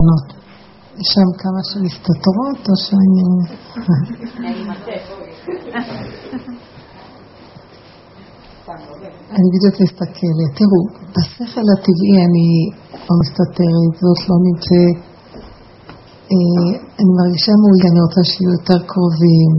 יש שם כמה שמסתתרות או שאני... אני בדיוק מסתכלת. תראו, בשכל הטבעי אני לא מסתתרת, זאת לא נמצאת. אני מרגישה מולי, אני רוצה שיהיו יותר קרובים,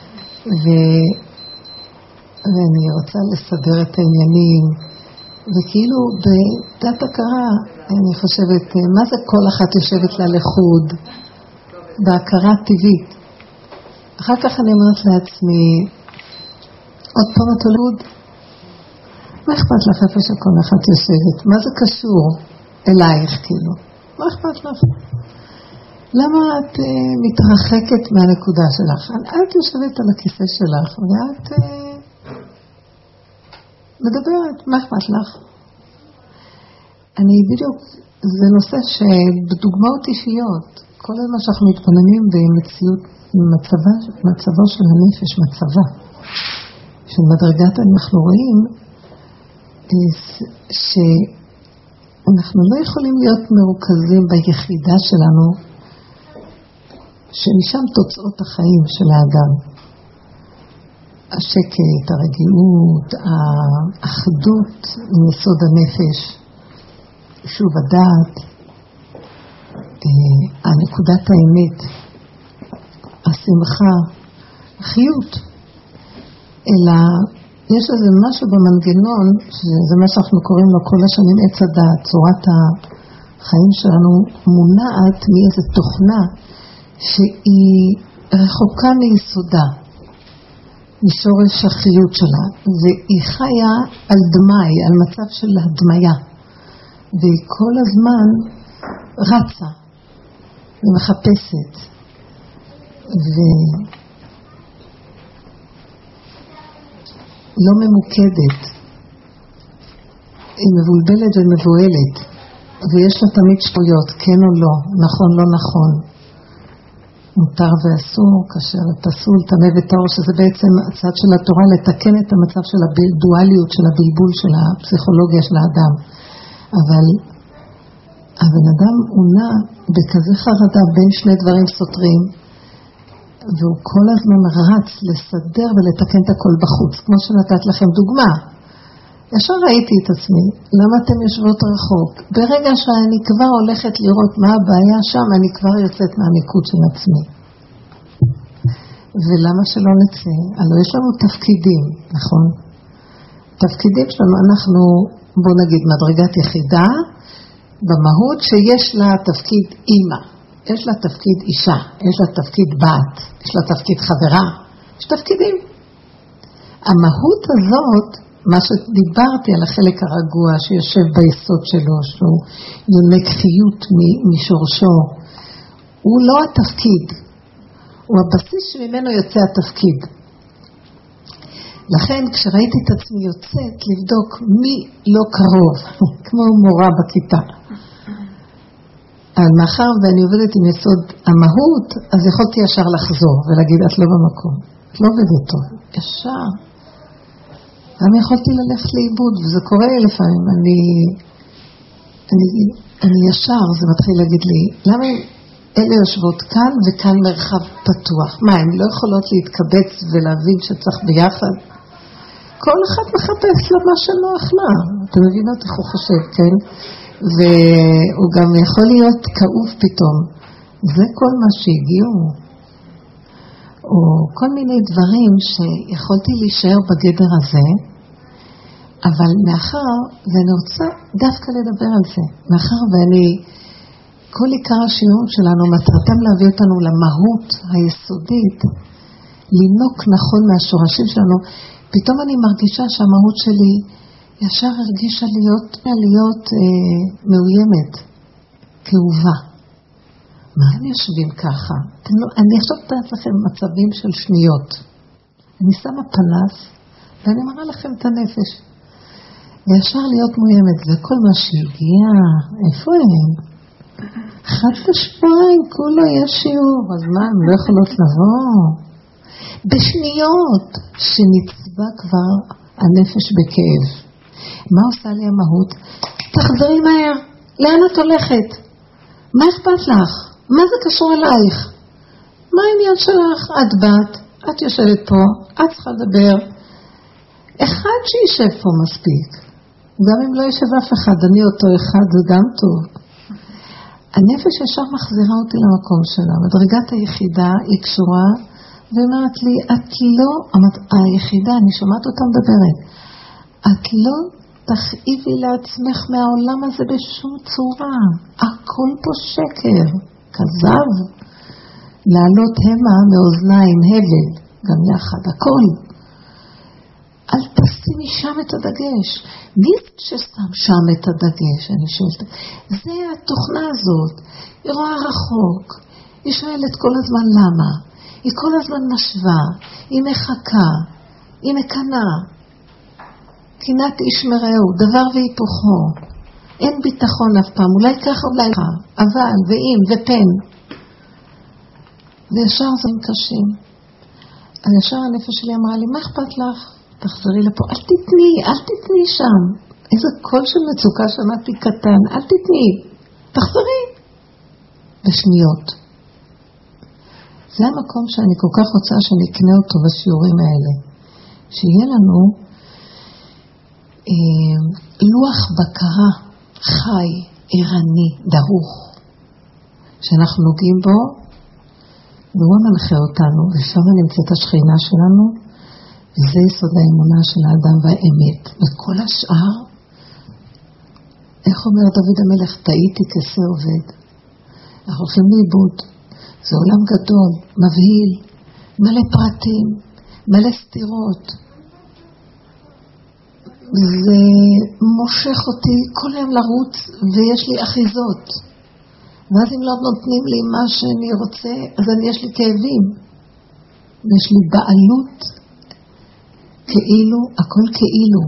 ואני רוצה לסדר את העניינים, וכאילו בדת הכרה, אני חושבת, מה זה כל אחת יושבת לה לחוד? בהכרה טבעית. אחר כך אני אומרת לעצמי, עוד פעם את הולוד? מה אכפת לך איפה שכל אחת יושבת? מה זה קשור אלייך כאילו? מה אכפת לך? למה את מתרחקת מהנקודה שלך? את יושבת על הכיסא שלך ואת מדברת, מה אכפת לך? אני בדיוק, זה נושא שבדוגמאות אישיות, כל הזמן שאנחנו מתבוננים במציאות, מצבו של הנפש, מצבה של מדרגת, אנחנו רואים שאנחנו לא יכולים להיות מרוכזים ביחידה שלנו, שמשם תוצאות החיים של האדם. השקט, הרגיעות, האחדות מיסוד הנפש, שוב הדעת, הנקודת האמת, השמחה, החיות, אלא יש לזה משהו במנגנון, שזה מה שאנחנו קוראים לו כל השנים עץ הדעת, צורת החיים שלנו מונעת מאיזו תוכנה שהיא רחוקה מיסודה, משורש החיות שלה, והיא חיה על דמי, על מצב של הדמיה, והיא כל הזמן רצה ומחפשת ולא ממוקדת, היא מבולבלת ומבועלת, ויש לה תמיד שטויות, כן או לא, נכון לא נכון, מותר ואסור, כאשר פסול, טמא וטהור, שזה בעצם הצד של התורה לתקן את המצב של הדואליות, של הבלבול של הפסיכולוגיה של האדם. אבל הבן אדם הוא נע בכזה חרדה בין שני דברים סותרים, והוא כל הזמן רץ לסדר ולתקן את הכל בחוץ, כמו שנתת לכם דוגמה. ישר ראיתי את עצמי, למה אתם יושבות רחוק? ברגע שאני כבר הולכת לראות מה הבעיה שם, אני כבר יוצאת מהמיקוד של עצמי. ולמה שלא נצא? הלוא יש לנו תפקידים, נכון? תפקידים שלנו, אנחנו, בוא נגיד, מדרגת יחידה, במהות שיש לה תפקיד אימא, יש לה תפקיד אישה, יש לה תפקיד בת, יש לה תפקיד חברה, יש תפקידים. המהות הזאת, מה שדיברתי על החלק הרגוע שיושב ביסוד שלו, שהוא יונק חיות משורשו, הוא לא התפקיד, הוא הבסיס שממנו יוצא התפקיד. לכן כשראיתי את עצמי יוצאת לבדוק מי לא קרוב, כמו מורה בכיתה. אבל מאחר ואני עובדת עם יסוד המהות, אז יכולתי ישר לחזור ולהגיד, את לא במקום, את לא עובדת טוב, ישר. אני יכולתי ללכת לאיבוד, וזה קורה לי לפעמים, אני ישר, זה מתחיל להגיד לי, למה אלה יושבות כאן וכאן מרחב פתוח? מה, הן לא יכולות להתקבץ ולהבין שצריך ביחד? כל אחד מחפש לה מה שנוח לה, אתם מבינות איך הוא חושב, כן? והוא גם יכול להיות כאוב פתאום, זה כל מה שהגיעו. או כל מיני דברים שיכולתי להישאר בגדר הזה, אבל מאחר, ואני רוצה דווקא לדבר על זה, מאחר ואני, כל עיקר השיעור שלנו, מטרתם להביא אותנו למהות היסודית, לינוק נכון מהשורשים שלנו, פתאום אני מרגישה שהמהות שלי ישר הרגישה להיות מאוימת, כאובה. מה הם יושבים ככה? אני עכשיו תראה לכם מצבים של שניות. אני שמה פנס, ואני מראה לכם את הנפש. וישר להיות מאוימת, וכל מה שהגיע, איפה הם? 1 לשבועיים, כולו יש שיעור, אז מה, הם לא יכולות לבוא? בשניות שנצבע כבר הנפש בכאב. מה עושה לי המהות? תחזרי מהר, לאן את הולכת? מה אכפת לך? מה זה קשור אלייך? מה העניין שלך? את בת, את יושבת פה, את צריכה לדבר. אחד שישב פה מספיק. גם אם לא ישב אף אחד, אני אותו אחד, זה גם טוב. הנפש ישר מחזירה אותי למקום שלה. מדרגת היחידה היא קשורה, ואומרת לי, את לא, היחידה, אני שומעת אותה מדברת, את לא תכאיבי לעצמך מהעולם הזה בשום צורה. הכל פה שקר, כזב, לעלות המה מאוזניים, הבל, גם יחד, הכל. אל תשימי שם את הדגש. מי ששם שם את הדגש? אני שואלת. זה התוכנה הזאת. היא רואה רחוק. היא שואלת כל הזמן למה. היא כל הזמן משווה. היא מחכה. היא מקנה. קנאת איש מרעהו. דבר והיפוכו. אין ביטחון אף פעם. אולי ככה אולי ככה. אבל ואם ופן. וישר זה קשים. הישר הנפש שלי אמרה לי, מה אכפת לך? תחזרי לפה, אל תתני שם. איזה קול של מצוקה שמעתי קטן, אל תתני, תחזרי. בשניות. זה המקום שאני כל כך רוצה שנקנה אותו בשיעורים האלה. שיהיה לנו לוח בקרה חי, ערני, דרוך, שאנחנו נוגעים בו, והוא מנחה אותנו, ושם נמצאת השכינה שלנו, וזה יסוד האמונה של האדם והאמת. וכל השאר, איך אומר דוד המלך, טעיתי כסא עובד. אנחנו הולכים לאיבוד. זה עולם גדול, מבהיל, מלא פרטים, מלא סתירות. זה מושך אותי כל היום לרוץ, ויש לי אחיזות. ואז אם לא נותנים לי מה שאני רוצה, אז יש לי כאבים. ויש לי בעלות, כאילו, הכל כאילו.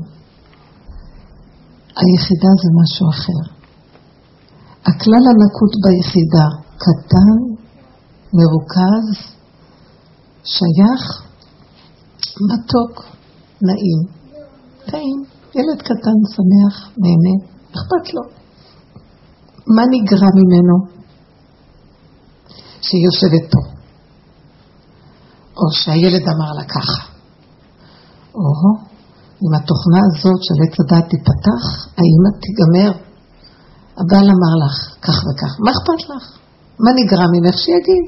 היחידה זה משהו אחר. הכלל הנקוט ביחידה, קטן, מרוכז, שייך, מתוק, נעים. טעים, ילד קטן, שמח, נהנה, אכפת לו. מה נגרע ממנו? שהיא יושבת פה. או שהילד אמר לה ככה. אם התוכנה הזאת של עץ הדעת תיפתח, האמא תיגמר. הבעל אמר לך כך וכך. מה אכפת לך? מה נגרע ממך שיגיד?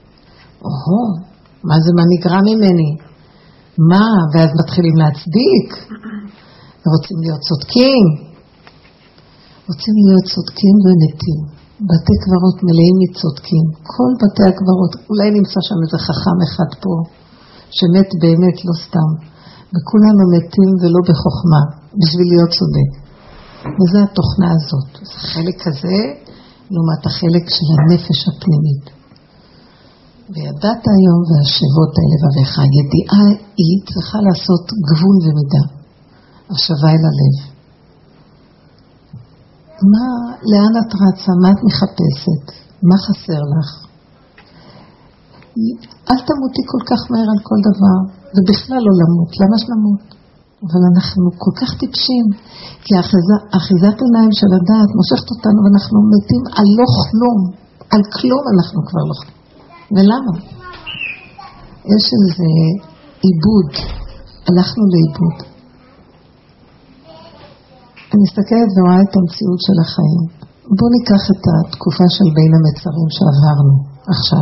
מה זה מה נגרע ממני? מה? ואז מתחילים להצדיק. רוצים להיות צודקים. רוצים להיות צודקים ומתים. בתי קברות מלאים מצודקים. כל בתי הקברות, אולי נמצא שם איזה חכם אחד פה, שמת באמת לא סתם. וכולנו מתים ולא בחוכמה, בשביל להיות צודק. וזה התוכנה הזאת. זה חלק כזה, לעומת החלק של הנפש הפנימית. וידעת היום והשבות הלבביך. הידיעה היא צריכה לעשות גבול ומידה. השווה אל הלב. לאן את רצה? מה את מחפשת? מה חסר לך? אל תמותי כל כך מהר על כל דבר. ובכלל לא למות. למה שנמות? אבל אנחנו כל כך טיפשים. כי האחיזת עיניים של הדעת מושכת אותנו ואנחנו מתים על לא כלום. על כלום אנחנו כבר לא כלום. ולמה? יש איזה עיבוד. הלכנו לאיבוד. אני מסתכלת ורואה את המציאות של החיים. בואו ניקח את התקופה של בין המצרים שעברנו עכשיו.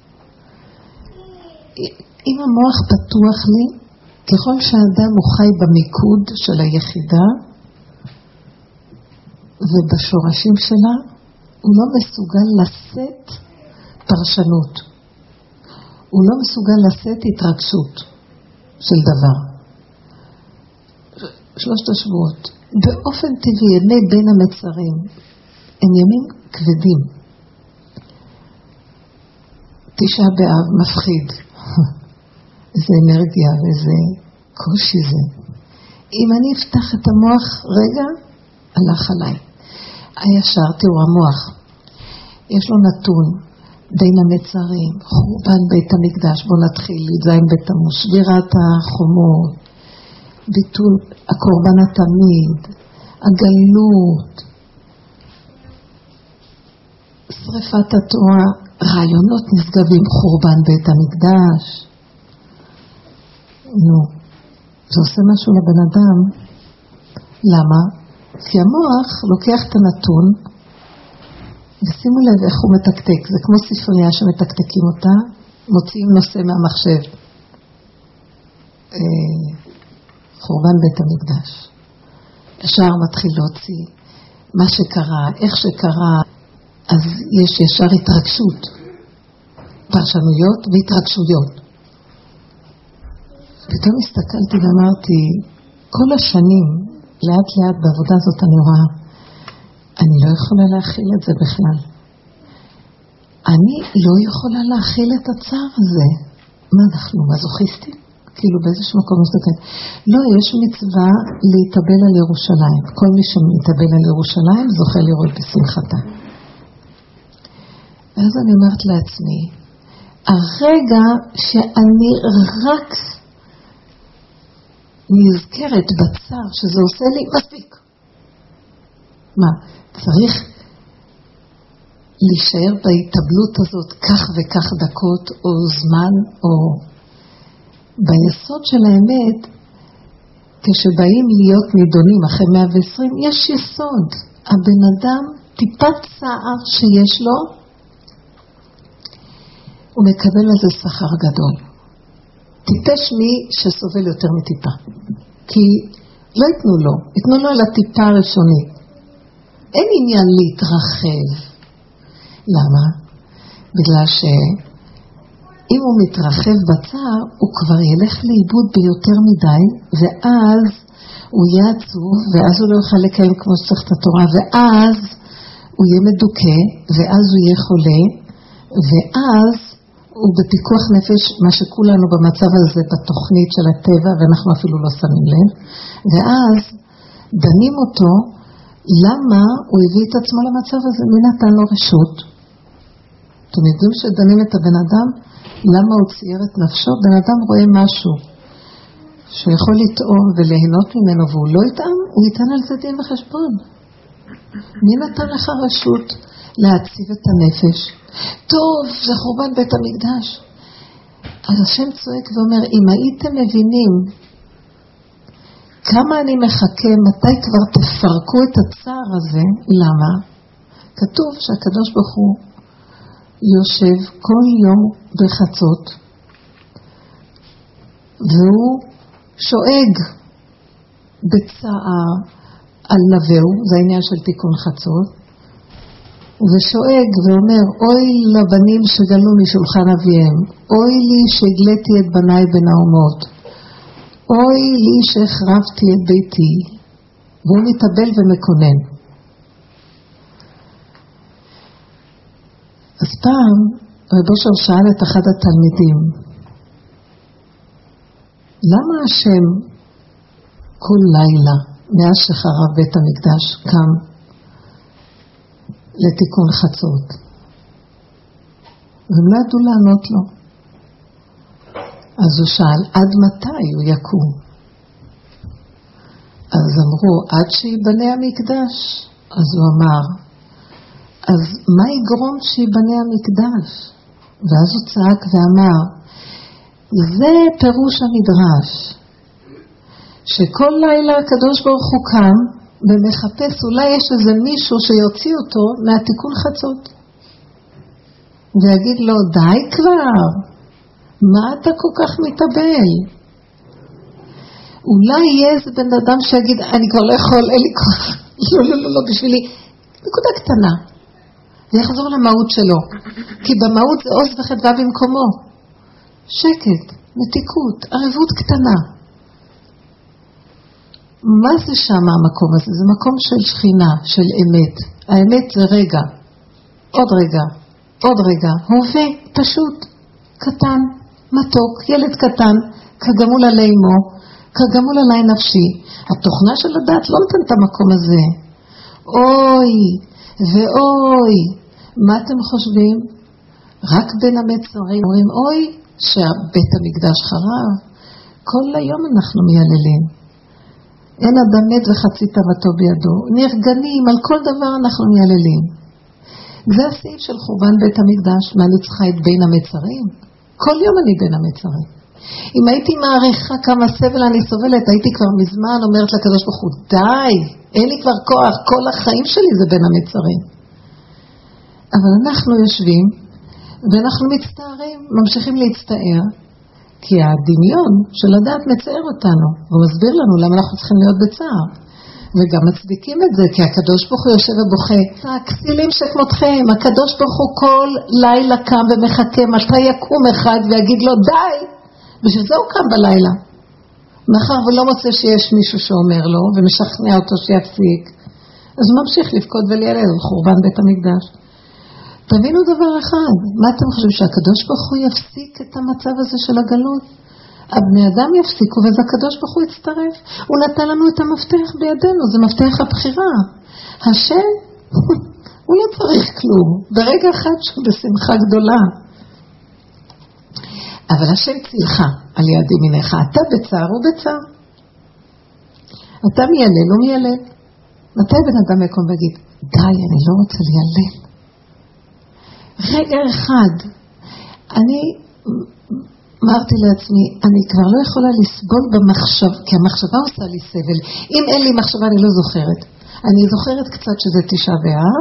אם המוח פתוח לי, ככל שהאדם הוא חי במיקוד של היחידה ובשורשים שלה, הוא לא מסוגל לשאת פרשנות. הוא לא מסוגל לשאת התרגשות של דבר. 3 השבועות. באופן טבעי, ימי בין המצרים, הם ימים כבדים. 9 באב מפחיד. איזה אנרגיה ואיזה קושי זה. אם אני אפתח את המוח רגע, הלך עליי. הישר, תראו, המוח. יש לו נתון בין המצרים, חורבן בית המקדש, בוא נתחיל, י"ז בתמוז, שבירת החומות, ביטול הקורבן התמיד, הגלות. שריפת התורה, רעיונות נשגבים, חורבן בית המקדש. נו, זה עושה משהו לבן אדם. למה? כי המוח לוקח את הנתון, ושימו לב איך הוא מתקתק, זה כמו ספרייה שמתקתקים אותה, מוציאים נושא מהמחשב. חורבן בית המקדש. ישר מתחיל להוציא מה שקרה, איך שקרה, אז יש ישר התרגשות, פרשנויות והתרגשויות. פתאום הסתכלתי ואמרתי, כל השנים, לאט לאט בעבודה הזאת אני רואה, אני לא יכולה להכיל את זה בכלל. אני לא יכולה להכיל את הצער הזה. מה אנחנו, מזוכיסטים? כאילו באיזשהו מקום מסתכל. לא, יש מצווה להתאבל על ירושלים. כל מי שמתאבל על ירושלים זוכה לראות בשמחתה. ואז אני אומרת לעצמי, הרגע שאני רק נזכרת בצער שזה עושה לי מספיק. מה? צריך להישאר בהתאבלות הזאת כך וכך דקות או זמן או ביסוד של האמת כשבאים להיות נידונים אחרי 120 יש יסוד. הבן אדם טיפת צער שיש לו הוא מקבל על זה שכר גדול. טיפש מי שסובל יותר מטיפה כי לא יתנו לו, יתנו לו על הטיפה הראשונית. אין עניין להתרחב. למה? בגלל שאם הוא מתרחב בצער, הוא כבר ילך לאיבוד ביותר מדי, ואז הוא יהיה עצוב, ואז הוא לא יוכל לקיים כמו שצריך את התורה, ואז הוא יהיה מדוכא, ואז הוא יהיה חולה, ואז הוא בפיקוח נפש, מה שכולנו במצב הזה בתוכנית של הטבע, ואנחנו אפילו לא שמים לב, ואז דנים אותו, למה הוא הביא את עצמו למצב הזה? מי נתן לו רשות? אתם יודעים שדנים את הבן אדם, למה הוא צייר את נפשו? בן אדם רואה משהו שהוא יכול לטעום וליהנות ממנו והוא לא יטעם, הוא ייתן על זה דין וחשבון. מי נתן לך רשות להציב את הנפש? טוב, זה חורבן בית המקדש. אז השם צועק ואומר, אם הייתם מבינים כמה אני מחכה, מתי כבר תפרקו את הצער הזה, למה? כתוב שהקדוש ברוך הוא יושב כל יום בחצות, והוא שואג בצער על נבאו, זה העניין של תיקון חצות, ושואג ואומר, אוי לבנים שגלו משולחן אביהם, אוי לי שהגליתי את בניי בן האומות, אוי לי שהחרבתי את ביתי, והוא מתאבל ומקונן. אז פעם רב אושר שאל את אחד התלמידים, למה השם כל לילה מאז שחרב בית המקדש קם לתיקון חצות? והם לא ידעו לענות לו. אז הוא שאל, עד מתי הוא יקום? אז אמרו, עד שיבנה המקדש. אז הוא אמר, אז מה יגרום שיבנה המקדש? ואז הוא צעק ואמר, זה פירוש המדרש, שכל לילה הקדוש ברוך הוא קם ומחפש, אולי יש איזה מישהו שיוציא אותו מהתיקון חצות. ויגיד לו, די כבר, מה אתה כל כך מתאבל? אולי יהיה איזה בן אדם שיגיד, אני כבר לא יכול, אין לי כוח, לא, בשבילי, נקודה קטנה. ויחזור למהות שלו, כי במהות זה עוז וחדווה במקומו. שקט, מתיקות, ערבות קטנה. מה זה שם המקום הזה? זה מקום של שכינה, של אמת. האמת זה רגע, עוד רגע, עוד רגע, הווה, פשוט, קטן, מתוק, ילד קטן, כגמול עלי אמו, כגמול עלי נפשי. התוכנה של הדעת לא נותן את המקום הזה. אוי ואוי, מה אתם חושבים? רק בין המצרים אומרים, אוי, שבית המקדש חרב. כל היום אנחנו מייללים. אין אדם מת וחצי תאוותו בידו. נרגנים, על כל דבר אנחנו מייללים. זה הסעיף של חורבן בית המקדש. מה אני צריכה את בין המצרים? כל יום אני בין המצרים. אם הייתי מעריכה כמה סבל אני סובלת, הייתי כבר מזמן אומרת לקדוש ברוך הוא, די, אין לי כבר כוח, כל החיים שלי זה בין המצרים. אבל אנחנו יושבים ואנחנו מצטערים, ממשיכים להצטער, כי הדמיון של הדעת מצער אותנו, והוא מסביר לנו למה אנחנו צריכים להיות בצער. וגם מצדיקים את זה, כי הקדוש ברוך הוא יושב ובוכה. הכסילים שכמותכם, הקדוש ברוך הוא כל לילה קם ומחכה, מתי יקום אחד ויגיד לו די, בשביל זה הוא קם בלילה. מאחר ולא מוצא שיש מישהו שאומר לו, ומשכנע אותו שיפסיק, אז הוא ממשיך לבכות ולהלל על חורבן בית המקדש. תבינו דבר אחד, מה אתם חושבים, שהקדוש ברוך הוא יפסיק את המצב הזה של הגלות? הבני אדם יפסיקו וזה הקדוש ברוך הוא יצטרף. הוא נתן לנו את המפתח בידינו, זה מפתח הבחירה. השם, הוא לא צריך כלום, ברגע אחד שהוא בשמחה גדולה. אבל השם צילך על יד ימינך, אתה בצער ובצער. אתה מיילל או מיילל. מתי בן אדם יקום ויגיד, די, אני לא רוצה ליילל. רגע אחד, אני אמרתי לעצמי, אני כבר לא יכולה לסבול במחשב, כי המחשבה עושה לי סבל. אם אין לי מחשבה אני לא זוכרת. אני זוכרת קצת שזה תשעה באב,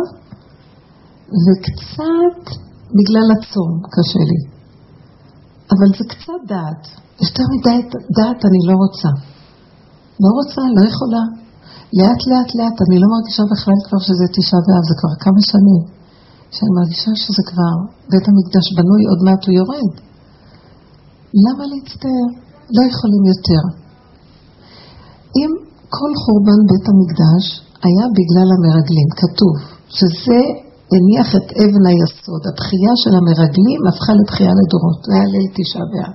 וקצת בגלל הצום קשה לי. אבל זה קצת דעת. יותר מדי דעת אני לא רוצה. לא רוצה, לא יכולה. לאט לאט לאט, אני לא מרגישה בכלל כבר שזה תשעה באב, זה כבר כמה שנים. שאני מרגישה שזה כבר בית המקדש בנוי, עוד מעט הוא יורד. למה להצטער? לא יכולים יותר. אם כל חורבן בית המקדש היה בגלל המרגלים, כתוב שזה הניח את אבן היסוד, הבחייה של המרגלים הפכה לבחייה לדורות, זה היה ליל תשעה באב.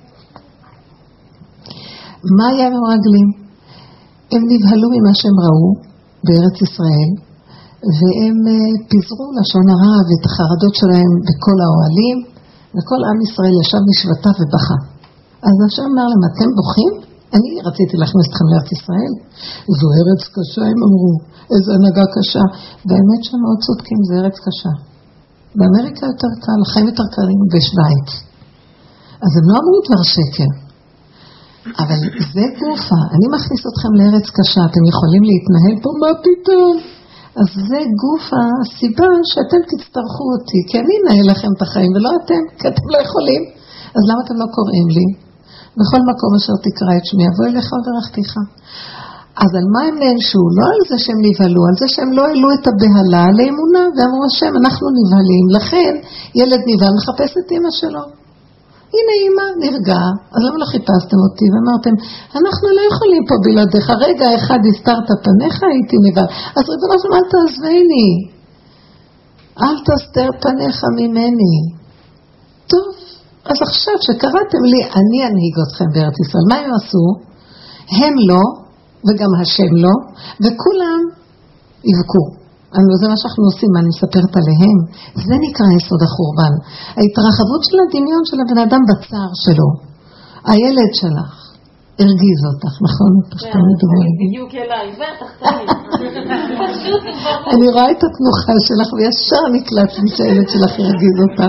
מה היה המרגלים? הם נבהלו ממה שהם ראו בארץ ישראל, והם פיזרו לשון הרע ואת החרדות שלהם בכל האוהלים, וכל עם ישראל ישב משבטה ובכה. אז השם אמר להם, אתם בוכים? אני רציתי להכניס אתכם לארץ ישראל. זו ארץ קשה, הם אמרו, איזו הנהגה קשה. באמת שהם מאוד צודקים, זה ארץ קשה. באמריקה יותר קל, החיים יותר קלים בשוויץ. אז הם לא אמרו דבר שקר. אבל זה גופה, אני מכניס אתכם לארץ קשה, אתם יכולים להתנהל פה, מה פתאום? אז זה גוף הסיבה שאתם תצטרכו אותי, כי אני אנהל לכם את החיים ולא אתם, כי אתם לא יכולים. אז למה אתם לא קוראים לי? בכל מקום אשר תקרא את שמי, אבוא אליך וברכתיך. אז על מה הם נענשו? לא על זה שהם נבהלו, על זה שהם לא העלו את הבהלה לאמונה, ואמרו השם, אנחנו נבהלים, לכן ילד נבהל מחפש את אמא שלו. הנה אמא, נרגע, אז למה לא חיפשתם אותי? ואמרתם, אנחנו לא יכולים פה בלעדיך, רגע אחד הסתרת פניך, הייתי נבהל. אז ריבונו של עולם, אל תעזבני, אל תסתר פניך ממני. טוב, אז עכשיו שקראתם לי, אני אנהיג אתכם בארץ ישראל. מה הם עשו? הם לא, וגם השם לא, וכולם יבכו. זה מה שאנחנו עושים, אני מספרת עליהם. זה נקרא יסוד החורבן. ההתרחבות של הדמיון של הבן אדם בצער שלו. הילד שלך הרגיז אותך, נכון? בדיוק אליי, ותחתני. אני רואה את התנוחה שלך וישר נקלט לי שהילד שלך הרגיז אותך.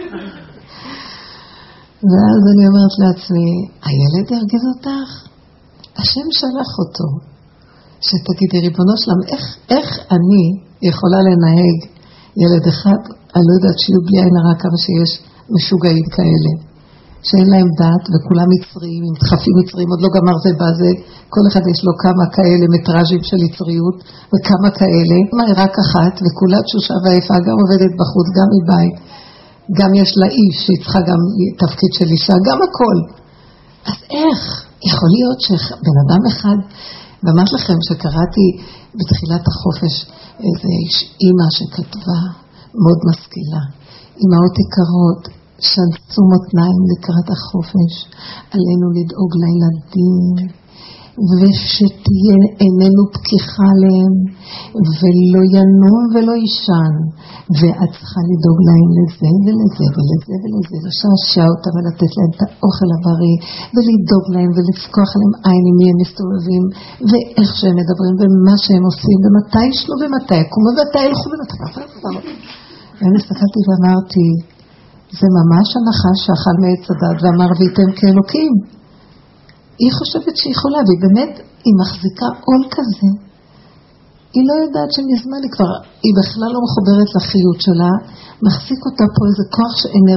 ואז אני אומרת לעצמי, הילד הרגיז אותך? השם שלח אותו. שתגידי, ריבונו שלם, איך אני יכולה לנהג ילד אחד? אני לא יודעת שיהיו בלי עין הרע כמה שיש משוגעים כאלה, שאין להם דת וכולם מצריים, עם דחפים מצריים, עוד לא גמר זה בזה, כל אחד יש לו כמה כאלה מטראז'ים של יצריות, וכמה כאלה, מה היא רק אחת, וכולה תשושה ועיפה, גם עובדת בחוץ, גם מבית, גם יש לה איש, שהיא צריכה גם תפקיד של אישה, גם הכל. אז איך יכול להיות שבן אדם אחד, ואמרת לכם שקראתי בתחילת החופש איזה אימא שכתבה, מאוד משכילה, אימהות יקרות, שנצו מותניים לקראת החופש, עלינו לדאוג לילדים, ושתהיה עינינו פקיחה עליהם, ולא ינום ולא ישן, ואת צריכה לדאוג להם לזה ולזה ולזה ולזה, לשעשע אותם ולתת להם את האוכל הבריא, ולדאוג להם ולפקוח עליהם עין עם מי הם מסתובבים, ואיך שהם מדברים, ומה שהם עושים, ומתי ישנו ומתי יקומו, ומתי ילכו ומתי. ואני הסתכלתי ואמרתי, זה ממש הנחש שאכל מעץ הדת ואמר ויתם כאלוקים. היא חושבת שהיא יכולה, והיא באמת, היא מחזיקה עול כזה. היא לא יודעת שמזמן היא בכלל לא מחוברת לחיות שלה, מחזיק אותה פה איזה כוח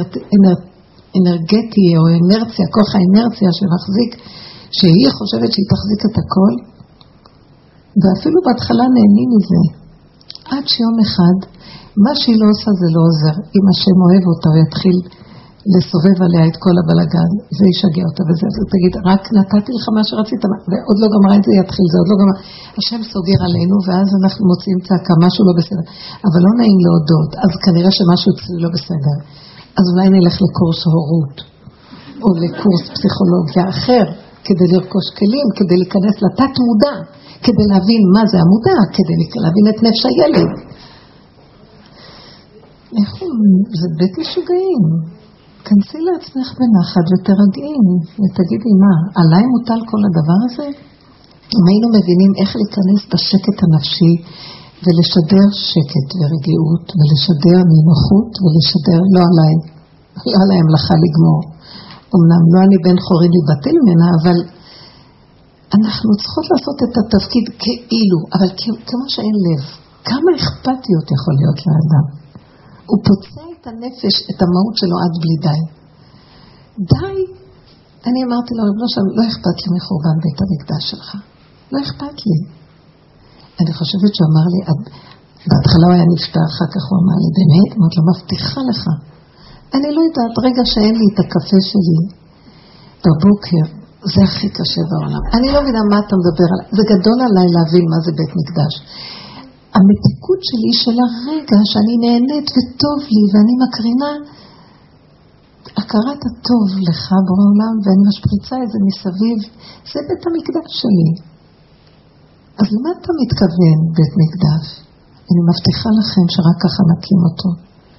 אנרגטי או אנרציה, כוח האנרציה שמחזיק, שהיא חושבת שהיא תחזיק את הכל, ואפילו בהתחלה נהנים מזה. עד שיום אחד, מה שהיא לא עושה זה לא עוזר. אם השם אוהב אותה ויתחיל לסובב עליה את כל הבלגן, זה ישגע אותה וזה. אז תגיד, רק נתתי לך מה שרצית, ועוד לא גמרה את זה יתחיל, זה עוד לא גמרה. השם סוגר עלינו, ואז אנחנו מוצאים צעקה, משהו לא בסדר. אבל לא נעים להודות, אז כנראה שמשהו אצלי לא בסדר. אז אולי נלך לקורס הורות, או לקורס פסיכולוגיה אחר, כדי לרכוש כלים, כדי להיכנס לתת מודע, כדי להבין מה זה המודע, כדי להבין את נפש הילד. זה בית משוגעים. כנסי לעצמך בנחת ותרגעי, ותגידי מה, עליי מוטל כל הדבר הזה? אם היינו מבינים איך להיכנס בשקט הנפשי, ולשדר שקט ורגיעות, ולשדר נינוחות, ולשדר לא עליי המלאכה לגמור. אמנם לא אני בן חורי להיבטל ממנה, אבל אנחנו צריכות לעשות את התפקיד כאילו, אבל כמו שאין לב. כמה אכפתיות יכול להיות לאדם? הוא פוצע את הנפש, את המהות שלו עד בלי די. די. אני אמרתי לו, לא אכפת לי מחורבן בית המקדש שלך. לא אכפת לי. אני חושבת שהוא אמר לי, בהתחלה הוא היה נפטר, אחר כך הוא אמר לי, באמת? אמרת לו, מבטיחה לך. אני לא יודעת, רגע שאין לי את הקפה שלי בבוקר, זה הכי קשה בעולם. אני לא מבינה מה אתה מדבר עליי. זה גדול עליי להבין מה זה בית מקדש. המתיקות שלי של הרגע שאני נהנית וטוב לי, ואני מקרינה הכרת הטוב לך בעולם, ואני משפריצה את זה מסביב, זה בית המקדש שלי. אז למה אתה מתכוון בית מקדש? אני מבטיחה לכם שרק ככה נקים אותו.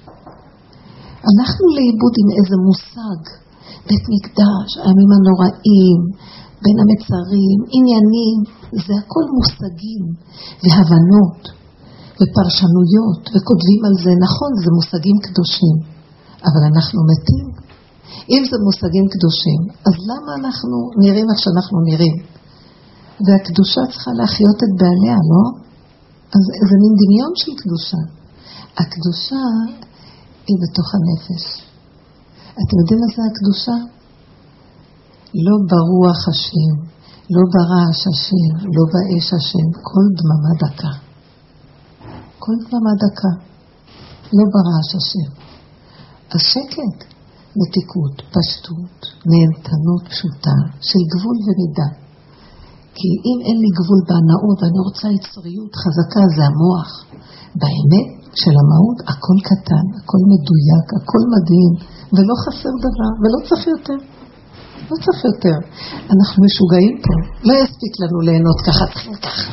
אנחנו לאיבוד עם איזה מושג, בית מקדש, הימים הנוראים, בין המצרים, עניינים, זה הכל מושגים והבנות ופרשנויות, וכותבים על זה, נכון, זה מושגים קדושים, אבל אנחנו מתים. אם זה מושגים קדושים, אז למה אנחנו נראים איך שאנחנו נראים? והקדושה צריכה להחיות את בעליה, לא? אז זה מין דמיון של קדושה. הקדושה היא בתוך הנפש. אתם יודעים מה זה הקדושה? לא ברוח השם, לא ברעש השם, לא באש השם, כל דממה דקה. כל דממה דקה, לא ברעש השם. השקט, מתיקות, פשטות, נהנתנות פשוטה, של גבול ומידה. כי אם אין לי גבול בהנאות ואני רוצה יצריות חזקה, זה המוח. באמת של המהות, הכל קטן, הכל מדויק, הכל מדהים, ולא חסר דבר, ולא צריך יותר. לא צריך יותר. אנחנו משוגעים פה. לא יספיק לנו ליהנות ככה, צריכים ככה.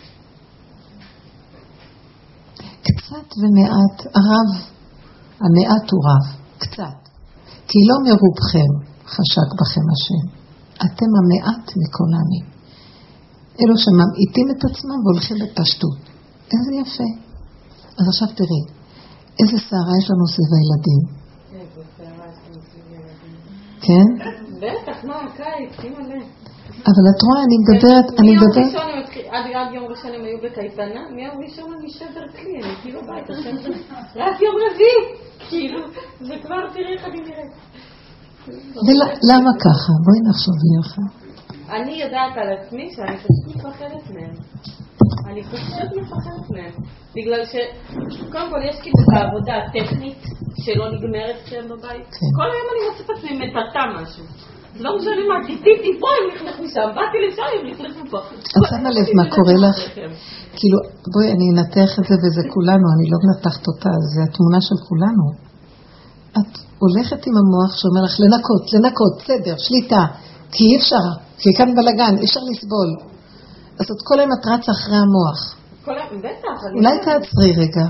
קצת ומעט, הרב, המעט הוא רב, קצת. כי לא מרובכם חשק בכם השם. אתם המעט מכל העמים. אלו שממעיטים את עצמם והולכים בפשטות. איזה יפה. אז עכשיו תראי, איזה שערה יש לנו סביב הילדים? איזה שערה יש לנו סביב הילדים. כן? בטח, מה, קיץ, שימה לב. אבל את רואה, אני מדברת... עד יום ראשון הם היו בקייטנה, מיום ראשון אני שבר כלי, אני כאילו בית, רק יום רביעי, כאילו, זה כבר תראי איך אני נראית. למה ככה? בואי נחשוב יחד. אני יודעת על עצמי שאני פשוט מפחדת מהם. אני פשוט מפחדת מהם. בגלל שקודם כל יש כאילו את העבודה הטכנית שלא נגמרת כשהם בבית. כל היום אני מוצאת עצמי מטאטה משהו. לא משנה מה, טיטיתי פה, הם נכנס משם, באתי לשם, הם נכנסו פה. את שמה לב מה קורה לך? כאילו, בואי, אני אנתח את זה וזה כולנו, אני לא מנתחת אותה, זה התמונה של כולנו. את הולכת עם המוח שאומר לך לנקות, סדר, שליטה, כי אי אפשר, כי כאן בלגן, אי אפשר לסבול. אז את כל היום את רצה אחרי המוח. בטח. אולי תעצרי רגע.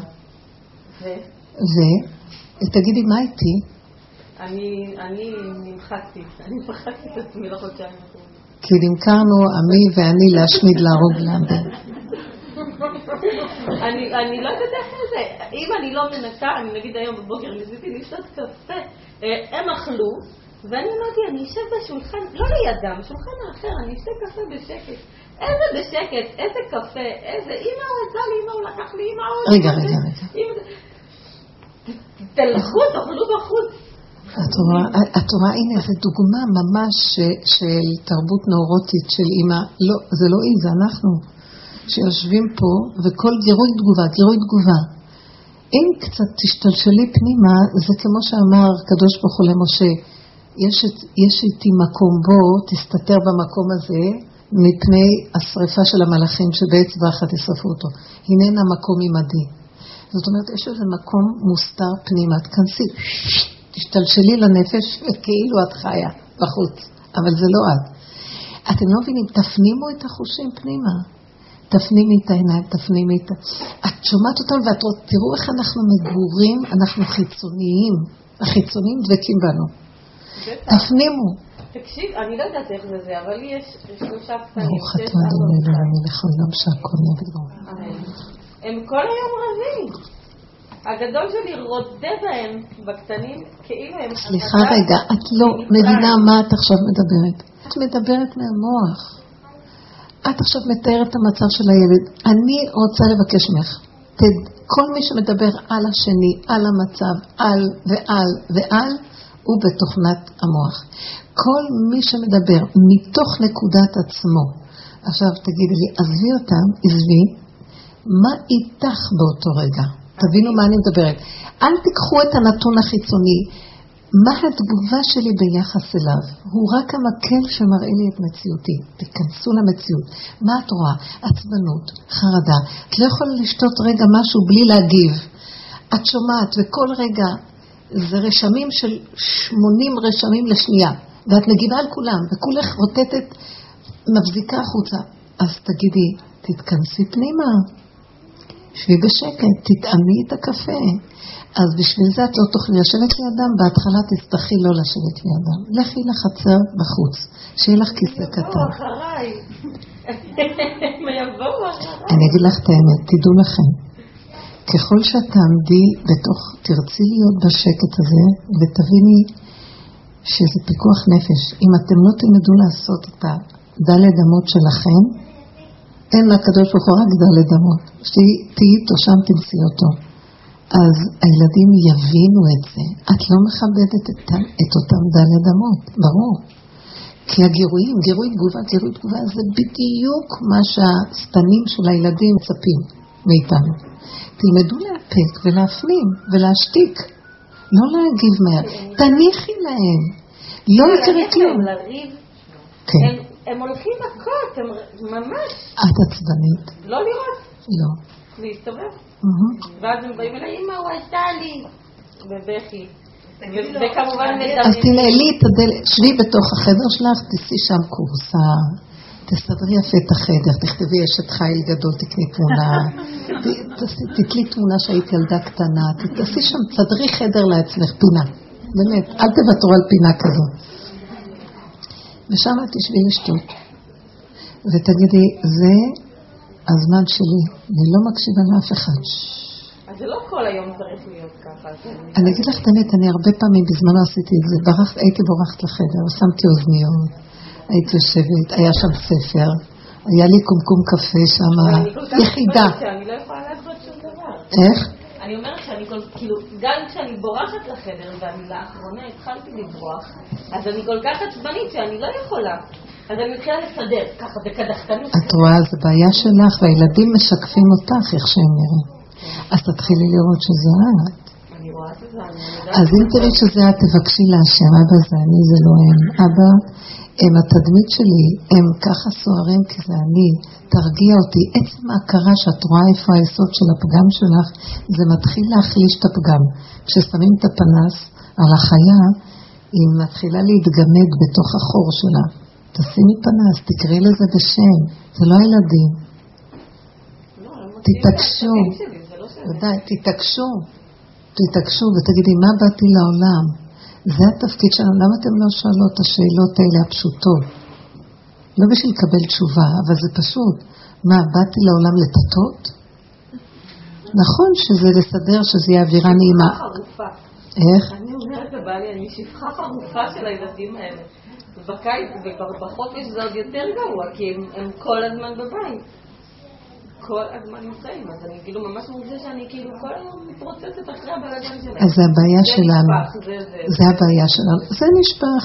ותגידי מה איתי? אני נמחקתי, אני מפחדתי את עצמי לחודשיים. כי נמכרנו עמי ואני להשמיד להרוג לעמד. אני לא יודעת איך זה. אם אני לא מנסה, אני נגיד היום בבוקר ניסיתי לשתות קפה, הם אכלו, ואני אמרתי, אני אשב בשולחן, לא לידם, בשולחן האחר, אני אשתה קפה בשקט. איזה בשקט, איזה קפה, איזה, אמא הוא עשה לי, אמא הוא לקח לי, אמא הוא... רגע. תלכו, תאכלו בחוץ. את רואה, הנה, זו דוגמה ממש של תרבות נאורטית של אמא. לא, זה לא היא, זה אנחנו שיושבים פה, וכל גירוי תגובה. אם קצת תשתלשלי פנימה, זה כמו שאמר קדוש ברוך הוא למשה, יש איתי מקום בו, תסתתר במקום הזה, מפני השריפה של המלאכים שבאצבע אחת ישרפו אותו. הננה מקום עמדי. זאת אומרת, יש איזה מקום מוסתר פנימה, תכנסי, תשתלשלי לנפש, כאילו את חיה בחוץ, אבל זה לא את. אתם לא מבינים, תפנימו את החושים פנימה. תפנימי את העיניים, תפנימי את... את שומעת אותם ואת רואה, תראו איך אנחנו מגורים, אנחנו חיצוניים. החיצוניים דבקים בנו. תפנימו. תקשיב, אני לא יודעת איך זה, אבל לי יש 3 קטנים. ברוך אתה אדוני אלוהינו לכל יום שהכל נהיה בדברו. הם כל היום רבים. הגדול שלי רודה בהם בקטנים, כאילו הם... סליחה רגע, את לא מבינה מה את עכשיו מדברת. את מדברת מהמוח. את עכשיו מתארת את המצב של הילד. אני רוצה לבקש ממך. כל מי שמדבר על השני, על המצב, ועל, הוא בתוכנת המוח. כל מי שמדבר מתוך נקודת עצמו. עכשיו תגידי לי, עזבי אותם, עזבי, מה איתך באותו רגע? תבינו מה אני מדברת. אל תיקחו את הנתון החיצוני. מה התגובה שלי ביחס אליו? הוא רק המקל שמראה לי את מציאותי. תיכנסו למציאות. מה את רואה? עצבנות, חרדה. את לא יכולה לשתות רגע משהו בלי להגיב. את שומעת, וכל רגע זה רשמים של 80 רשמים לשנייה. ואת מגיבה על כולם, וכולך רוטטת, מבזיקה החוצה. אז תגידי, תתכנסי פנימה. שבי בשקט, תטעמי את הקפה. אז בשביל זה את לא תוכלי לשבת לידם, בהתחלה תצטרכי לא לשבת לידם. לכי לחצר בחוץ, שיהיה לך כיסא קטן. אני אגיד לך את האמת, תדעו לכם, ככל שאת תעמדי בתוך, תרצי להיות בשקט הזה, ותביני שזה פיקוח נפש. אם אתם לא תלמדו לעשות את הדלת אמות שלכם, אין לקדוש ברוך הוא רק דלת אמות. שתהיי איתו, שם תמצאי אותו. אז הילדים יבינו את זה. את לא מכבדת את אותם דלת אמות, ברור. כי הגירויים, גירוי תגובה, זה בדיוק מה שהסתנים של הילדים מצפים מאיתנו. תלמדו להפק ולהפנים ולהשתיק. לא להגיב מהר. תניחי להם. לא יקרה כלום. כן. הם הולכים מכות, הם ממש... את עצבנית. לא לראות. לא. להסתובב. ואז הם באים אליי, אמא, הוא עשתה לי. בבכי. וכמובן מדברים. אז תנעלי את הדלת, שבי בתוך החדר שלך, תעשי שם קורסה, תסדרי יפה את החדר, תכתבי אשת חיל גדול, תקני תמונה, תתלי תמונה שהיית ילדה קטנה, תעשי שם, תסדרי חדר לעצמך, פינה. באמת, אל תוותרו על פינה כזאת. ושם תשבי לשתות. ותגידי, זה הזמן שלי, אני לא מקשיבה לאף אחד. אז זה לא כל היום צריך להיות ככה. אני אגיד לך את האמת, אני הרבה פעמים בזמנו עשיתי את זה, הייתי בורחת לחדר, שמתי אוזניות, הייתי יושבת, היה שם ספר, היה לי קומקום קפה שם, יחידה. אני לא יכולה לעשות שום דבר. איך? אני אומרת שאני כאילו, גם כשאני בורחת לחדר, ואני לאחרונה התחלתי לברוח, אז אני כל כך עצבנית שאני לא יכולה. אז אני מתחילה לסדר, ככה בקדחתנות. את רואה, זה בעיה שלך, והילדים משקפים אותך איך שהם נראים. אז תתחילי לראות שזה את. אני רואה את זה, אז אם תראי שזה את, תבקשי להשם, אבא זה אני, זה לא הם. אבא, הם התדמית שלי, הם ככה סוערים כי זה אני. תרגיע אותי. עצם ההכרה שאת רואה איפה היסוד של הפגם שלך, זה מתחיל להחליש את הפגם. כששמים את הפנס על החיה, היא מתחילה להתגמד בתוך החור שלה. תשימי פנס, תקראי לזה בשם. זה לא הילדים. תתעקשו. ודאי, תתעקשו ותגידי, מה באתי לעולם? זה התפקיד שלנו. למה אתם לא שואלות את השאלות האלה הפשוטות? לא בשביל לקבל תשובה, אבל זה פשוט. מה, באתי לעולם לטטות? נכון שזה לסדר שזה יהיה אווירה נעימה. איך? אני אומרת לבעלי, אני שפחה חרופה של הילדים האלה. בקיץ ובחופש זה עוד יותר גרוע, כי הם כל הזמן בבית. כל הזמן נמצאים, אז אני כאילו ממש מרגישה שאני כאילו כל היום מתרוצצת אחרי הבלגן שלהם. אז זה הבעיה שלנו. זה הבעיה שלנו. זה נשפך.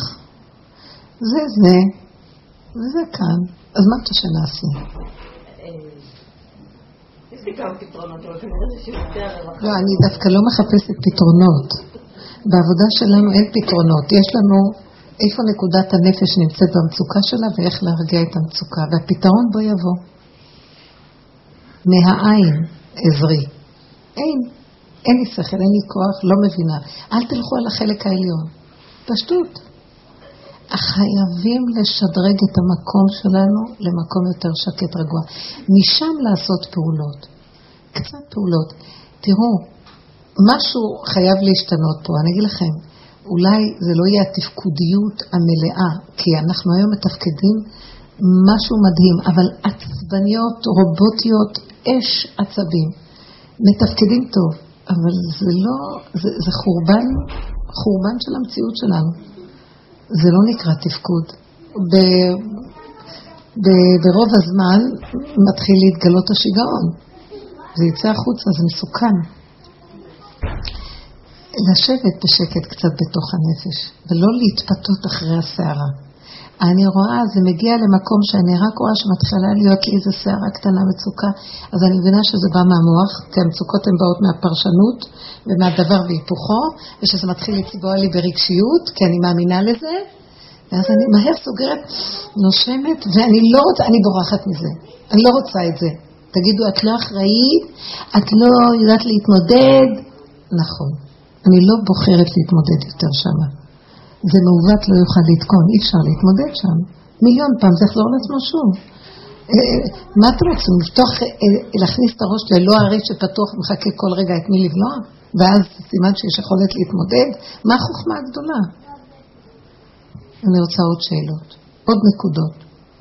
זה כאן. אז מה אתה שנעשה? יש לי כמה פתרונות, אבל כנראה זה שירותי הרווחה. לא, אני דווקא לא מחפשת פתרונות. בעבודה שלנו אין פתרונות. יש לנו איפה נקודת הנפש נמצאת במצוקה שלה ואיך להרגיע את המצוקה. והפתרון בו יבוא. מהעין עזרי. אין לי שכל, אין לי כוח, לא מבינה. אל תלכו על החלק העליון. פשטות. חייבים לשדרג את המקום שלנו למקום יותר שקט רגוע. משם לעשות פעולות. קצת פעולות. תראו, משהו חייב להשתנות פה. אני אגיד לכם, אולי זה לא יהיה התפקודיות המלאה, כי אנחנו היום מתפקדים משהו מדהים, אבל עצבניות, רובוטיות, אש עצבים. מתפקדים טוב, אבל זה לא, זה חורבן של המציאות שלנו. זה לא נקרא תפקוד. ברוב הזמן מתחיל להתגלות השיגעון. זה יצא החוצה, זה מסוכן. לשבת בשקט קצת בתוך הנפש, ולא להתפתות אחרי השערה. אני רואה, זה מגיע למקום שאני רק רואה שמתחילה להיות לי איזו שערה קטנה מצוקה, אז אני מבינה שזה בא מהמוח, כי המצוקות הן באות מהפרשנות ומהדבר והיפוכו, ושזה מתחיל לצבוע לי ברגשיות, כי אני מאמינה לזה, ואז אני מהר סוגרת, נושמת, ואני לא רוצה, אני בורחת מזה, אני לא רוצה את זה. תגידו, את לא אחראית, את לא יודעת להתמודד, נכון, אני לא בוחרת להתמודד יותר שמה. זה מעוות לא יוכל לתקון, אי אפשר להתמודד שם. מיליון פעם, זה יחזור לעצמו שוב. מה אתם רוצים? להכניס את הראש ללא הראש שפתוח ומחכה כל רגע את מי לבלוע? ואז סימן שיש יכולת להתמודד? מה החוכמה הגדולה? אני רוצה עוד שאלות, עוד נקודות.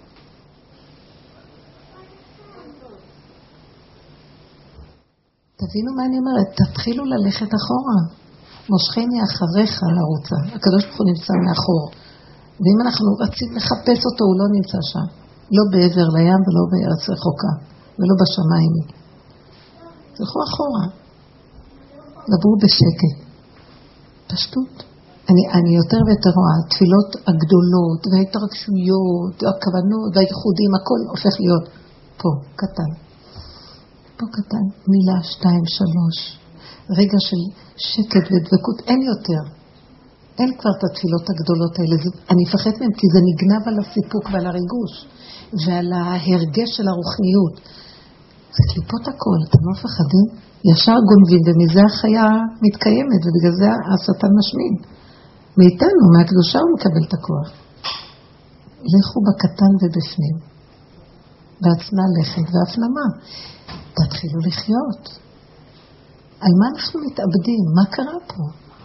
תבינו מה אני אומרת, תתחילו ללכת אחורה. מושכני אחריך לרוצה. הקדוש ברוך הוא נמצא מאחור. ואם אנחנו רצים לחפש אותו, הוא לא נמצא שם. לא בעבר לים ולא בארץ רחוקה. ולא בשמיים. תלכו אחורה. דברו בשקט. פשטות. אני יותר ויותר רואה, התפילות הגדולות וההתרגשויות, הכוונות והייחודים, הכל הופך להיות פה, קטן. פה קטן. מילה, 2, 3. רגע של שקט ודבקות, אין יותר. אין כבר את התפילות הגדולות האלה. אני מפחד מהם כי זה נגנב על הסיפוק ועל הריגוש ועל ההרגש של הרוחניות. זה קליפות הכל, אתם לא מפחדים? ישר גונבים ומזה החיה מתקיימת ובגלל זה השטן משמין. מאיתנו, מהקדושה הוא מקבל את הכוח. לכו בקטן ובפנים. בעצמה לכת והפנמה. תתחילו לחיות. על מה אנחנו מתאבדים? מה קרה פה?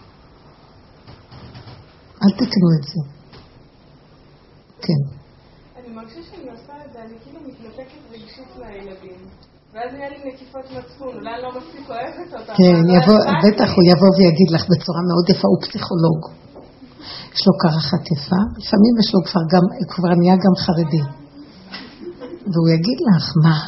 אל תקנו את זה. כן. אני מרגישה שאני עושה את זה, אני כאילו מתנתקת רגשית מהילדים. ואז נהיה לי נקיפות מצפון, אולי אני לא מספיק אוהבת אותה. כן, בטח הוא יבוא ויגיד לך בצורה מאוד יפה, הוא פסיכולוג. יש לו קרחת יפה, לפעמים יש לו כבר נהיה גם חרדי. והוא יגיד לך, מה?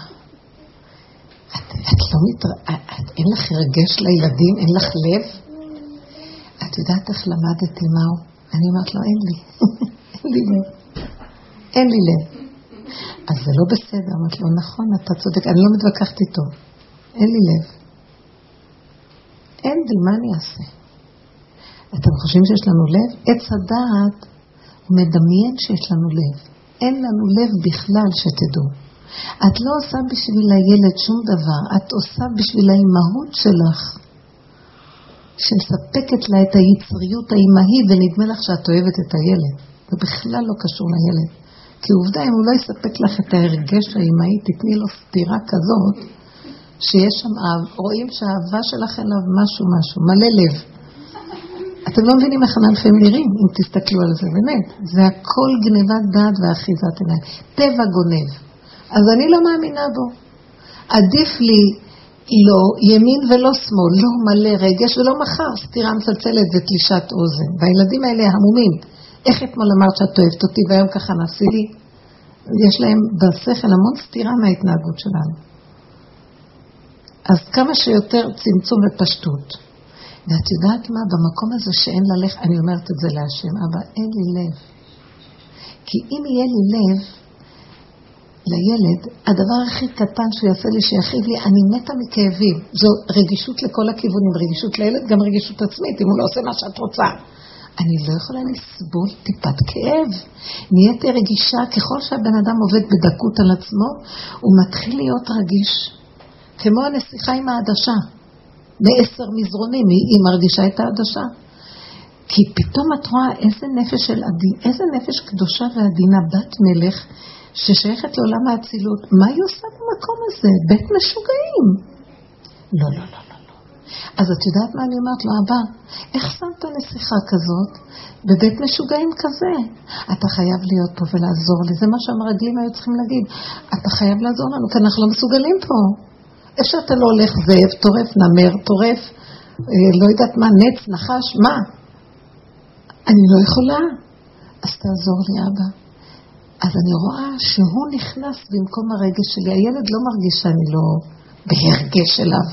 את לא אין לך רגש לילדים, אין לך לב? את יודעת איך למדתי מהו? אני אומרת לו, אין לי. אין לי לב. אין לי לב. אז זה לא בסדר. אמרת לו, נכון, אתה צודק, אני לא מתווכחת איתו. אין לי לב. אין לי, מה אני אעשה? אתם חושבים שיש לנו לב? עץ הדעת הוא מדמיין שיש לנו לב. אין לנו לב בכלל שתדעו. את לא עושה בשביל הילד שום דבר, את עושה בשביל האימהות שלך, שמספקת לה את היצריות האימהית, ונדמה לך שאת אוהבת את הילד. זה בכלל לא קשור לילד. כי עובדה, אם הוא לא יספק לך את ההרגש האימהית, תתני לו סתירה כזאת, שיש שם, רואים שהאהבה שלך אליו משהו, מלא לב. אתם לא מבינים איך אנחנו נראים, אם תסתכלו על זה, באמת. זה הכל גנבת דעת ואחיזת עיניים. טבע גונב. אז אני לא מאמינה בו. עדיף לי לא ימין ולא שמאל, לא מלא רגש ולא מחר סתירה מצלצלת ותלישת אוזן. והילדים האלה המומים, איך אתמול אמרת שאת אוהבת אותי והיום ככה נעשי לי? יש להם בשכל המון סתירה מההתנהגות שלנו. אז כמה שיותר צמצום ופשטות. ואת יודעת מה? במקום הזה שאין ללך, אני אומרת את זה להשם, אבא, אין לי לב. כי אם יהיה לי לב לילד, הדבר הכי קטן שהוא יעשה לי, שיחיד לי, אני מתה מכאבים. זו רגישות לכל הכיוונים, רגישות לילד, גם רגישות עצמית, אם הוא לא עושה מה שאת רוצה. אני לא יכולה לסבול טיפת כאב. נהייתי רגישה, ככל שהבן אדם עובד בדקות על עצמו, הוא מתחיל להיות רגיש. כמו הנסיכה עם העדשה. ב10 מזרונים היא מרגישה את העדשה. כי פתאום את רואה איזה נפש קדושה ועדינה, בת מלך, ששייכת לעולם האצילות. מה היא עושה במקום הזה? בית משוגעים. לא, לא, לא, לא. אז את יודעת מה אני אומרת לו, אבא, איך שמת נסיכה כזאת בבית משוגעים כזה? אתה חייב להיות פה ולעזור לי. זה מה שהמרגלים היו צריכים להגיד. אתה חייב לעזור לנו, כי אנחנו לא מסוגלים פה. איך שאתה לא הולך זאב, טורף, נמר, טורף, לא יודעת מה, נץ, נחש, מה? אני לא יכולה. אז תעזור לי, אבא. אז אני רואה שהוא נכנס במקום הרגש שלי. הילד לא מרגיש שאני לא בהרגש אליו.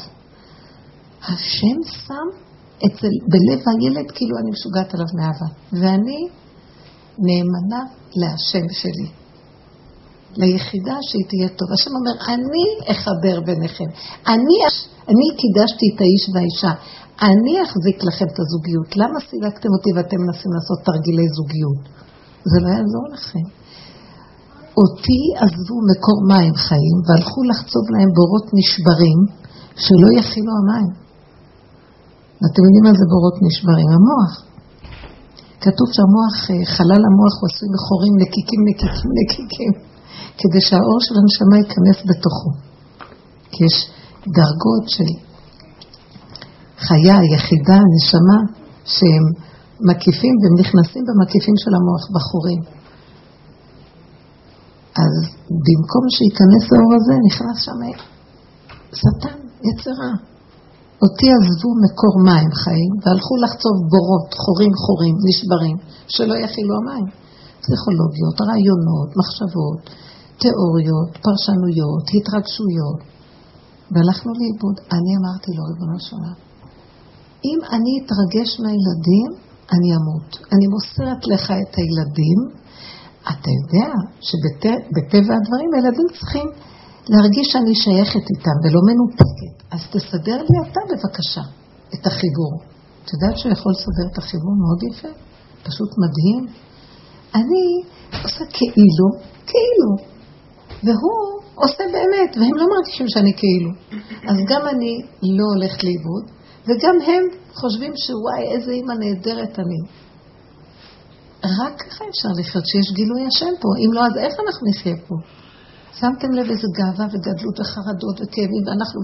השם שם בלב הילד כאילו אני משוגעת עליו מאהבה. ואני נאמנה להשם שלי. ליחידה שהיא תהיה טוב. השם אומר, אני אחבר ביניכם. אני קידשתי את האיש והאישה. אני אחזיק לכם את הזוגיות. למה סילקתם אותי ואתם מנסים לעשות תרגילי זוגיות? זה לא יעזור לכם. אותי עזבו מקור מים חיים, והלכו לחצוב להם בורות נשברים, שלא יכילו המים. אתם יודעים מה זה בורות נשברים? המוח. כתוב שהמוח, חלל המוח הוא עשוי מחורים נקיקים, כדי שהאור של הנשמה ייכנס בתוכו. כי יש דרגות של חיה, יחידה, נשמה, שהם מקיפים והם נכנסים במקיפים של המוח, בחורים. אז במקום שייכנס האור הזה, נכנס שם שטן, יצרה. אותי עזבו מקור מים חיים, והלכו לחצוב בורות, חורים, נשברים, שלא יכילו המים. פסיכולוגיות, רעיונות, מחשבות, תיאוריות, פרשנויות, התרגשויות. והלכנו לאיבוד. אני אמרתי לו, ריבונו של עולם, אם אני אתרגש מהילדים, אני אמות. אני מוסרת לך את הילדים. אתה יודע שבטבע הדברים הילדים צריכים להרגיש שאני שייכת איתם ולא מנותקת. אז תסדר לי אתה בבקשה את החיבור. אתה יודעת שהוא יכול לסדר את החיבור מאוד יפה? פשוט מדהים. אני עושה כאילו. והוא עושה באמת, והם לא מרגישים שאני כאילו. אז גם אני לא הולכת לאיבוד, וגם הם חושבים שוואי, איזה אמא נהדרת אני. רק ככה אפשר לחיות שיש גילוי השם פה. אם לא, אז איך אנחנו נחיה פה? שמתם לב איזה גאווה וגדלות וחרדות וכאבים, ואנחנו.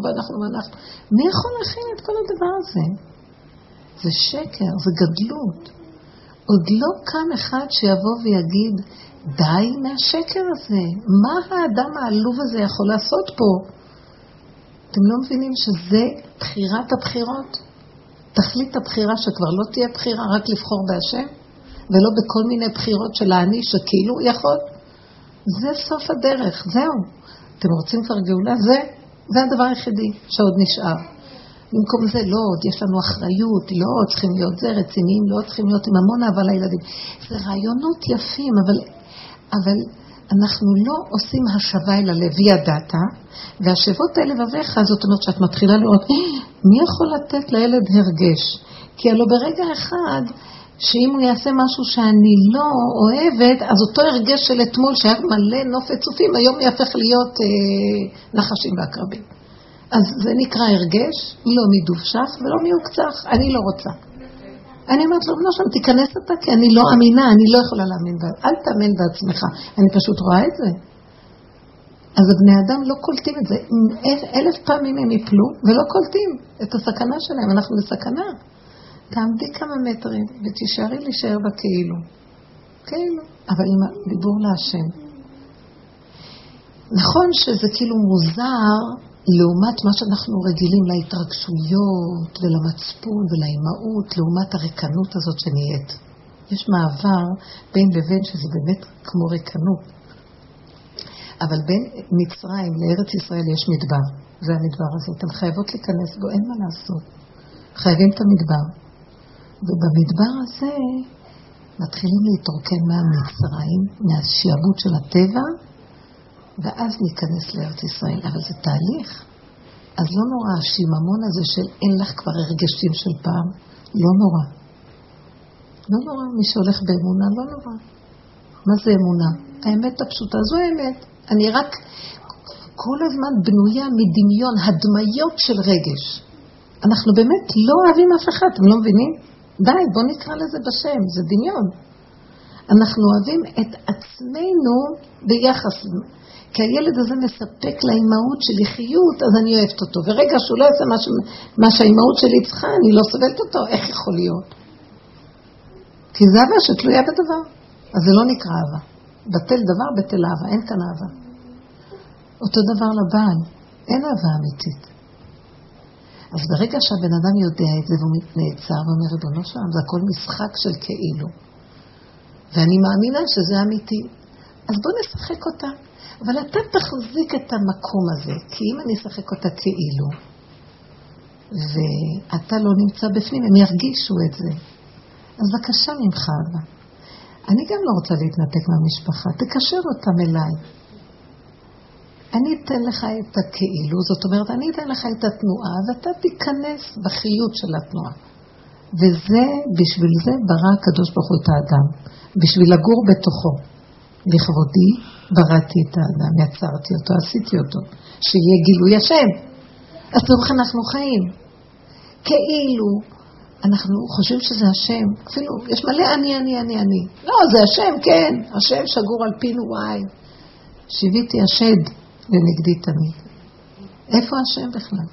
מי יכול להכין את כל הדבר הזה? זה שקר, זה גדלות. עוד לא קם אחד שיבוא ויגיד, די מהשקר הזה. מה האדם העלוב הזה יכול לעשות פה? אתם לא מבינים שזה בחירת הבחירות? תכלית הבחירה שכבר לא תהיה בחירה, רק לבחור בהשם? ולא בכל מיני בחירות של האני שכאילו יכול. זה סוף הדרך, זהו. אתם רוצים כבר גאולה? זה הדבר היחידי שעוד נשאר. במקום זה לא עוד, יש לנו אחריות, לא עוד צריכים להיות זה רציניים, לא עוד צריכים להיות עם המון אהבה לילדים. זה רעיונות יפים, אבל אנחנו לא עושים השבה אל הלב, ידעת, והשבות האלה לבביך, זאת אומרת שאת מתחילה לראות, מי יכול לתת לילד הרגש? כי הלוא ברגע אחד, שאם הוא יעשה משהו שאני לא אוהבת, אז אותו הרגש של אתמול שהיה מלא נופת צופים, היום יהפך להיות נחשים ועקרבים. אז זה נקרא הרגש, לא מדובשך ולא מיוקצח, אני לא רוצה. אני אומרת לו, לא שם, תיכנס אתה, כי אני לא אמינה, אני לא יכולה להאמין, אל תאמן בעצמך, אני פשוט רואה את זה. אז הבני אדם לא קולטים את זה, 1000 פעמים הם יפלו ולא קולטים את הסכנה שלהם, אנחנו בסכנה. תעמדי כמה מטרים ותישארי להישאר בכאילו. כאילו. אבל עם הדיבור להשם. נכון שזה כאילו מוזר לעומת מה שאנחנו רגילים להתרגשויות ולמצפון ולאימהות, לעומת הריקנות הזאת שנהיית. יש מעבר בין לבין שזה באמת כמו ריקנות. אבל בין מצרים לארץ ישראל יש מדבר. זה המדבר הזה. אתם חייבות להיכנס בו, אין מה לעשות. חייבים את המדבר. ובמדבר הזה מתחילים להתרוקן מהמצרים, מהשעבוד של הטבע, ואז ניכנס לארץ ישראל. אבל זה תהליך. אז לא נורא, השיממון הזה של אין לך כבר הרגשים של פעם, לא נורא. לא נורא, מי שהולך באמונה, לא נורא. מה זה אמונה? האמת הפשוטה, זו האמת. אני רק כל הזמן בנויה מדמיון, הדמיות של רגש. אנחנו באמת לא אוהבים אף אחד, אתם לא מבינים? די, בוא נקרא לזה בשם, זה דמיון. אנחנו אוהבים את עצמנו ביחס, כי הילד הזה מספק לאימהות שלי חיות, אז אני אוהבת אותו. ורגע שהוא לא יעשה מה שהאימהות שלי צריכה, אני לא סובלת אותו, איך יכול להיות? כי זה אהבה שתלויה בדבר. אז זה לא נקרא אהבה. בטל דבר, בטל אהבה, אין כאן אהבה. אותו דבר לבעל, אין אהבה אמיתית. אז ברגע שהבן אדם יודע את זה והוא נעצר ואומר, ריבונו שלם, זה הכל משחק של כאילו. ואני מאמינה שזה אמיתי. אז בוא נשחק אותה. אבל אתה תחזיק את המקום הזה, כי אם אני אשחק אותה כאילו, ואתה לא נמצא בפנים, הם ירגישו את זה. אז בבקשה ממך, אבא. אני גם לא רוצה להתנתק מהמשפחה, תקשר אותם אליי. אני אתן לך את הכאילו, זאת אומרת, אני אתן לך את התנועה, ואתה תיכנס בחיות של התנועה. וזה, בשביל זה ברא הקדוש ברוך הוא את האדם, בשביל לגור בתוכו. לכבודי בראתי את האדם, יצרתי אותו, עשיתי אותו, שיהיה גילוי השם. אז תראו אנחנו חיים. כאילו, אנחנו חושבים שזה השם, אפילו יש מלא אני. לא, זה השם, כן, השם שגור על פינו וואי. שיביתי השד לנגדי תמיד. איפה השם בכלל?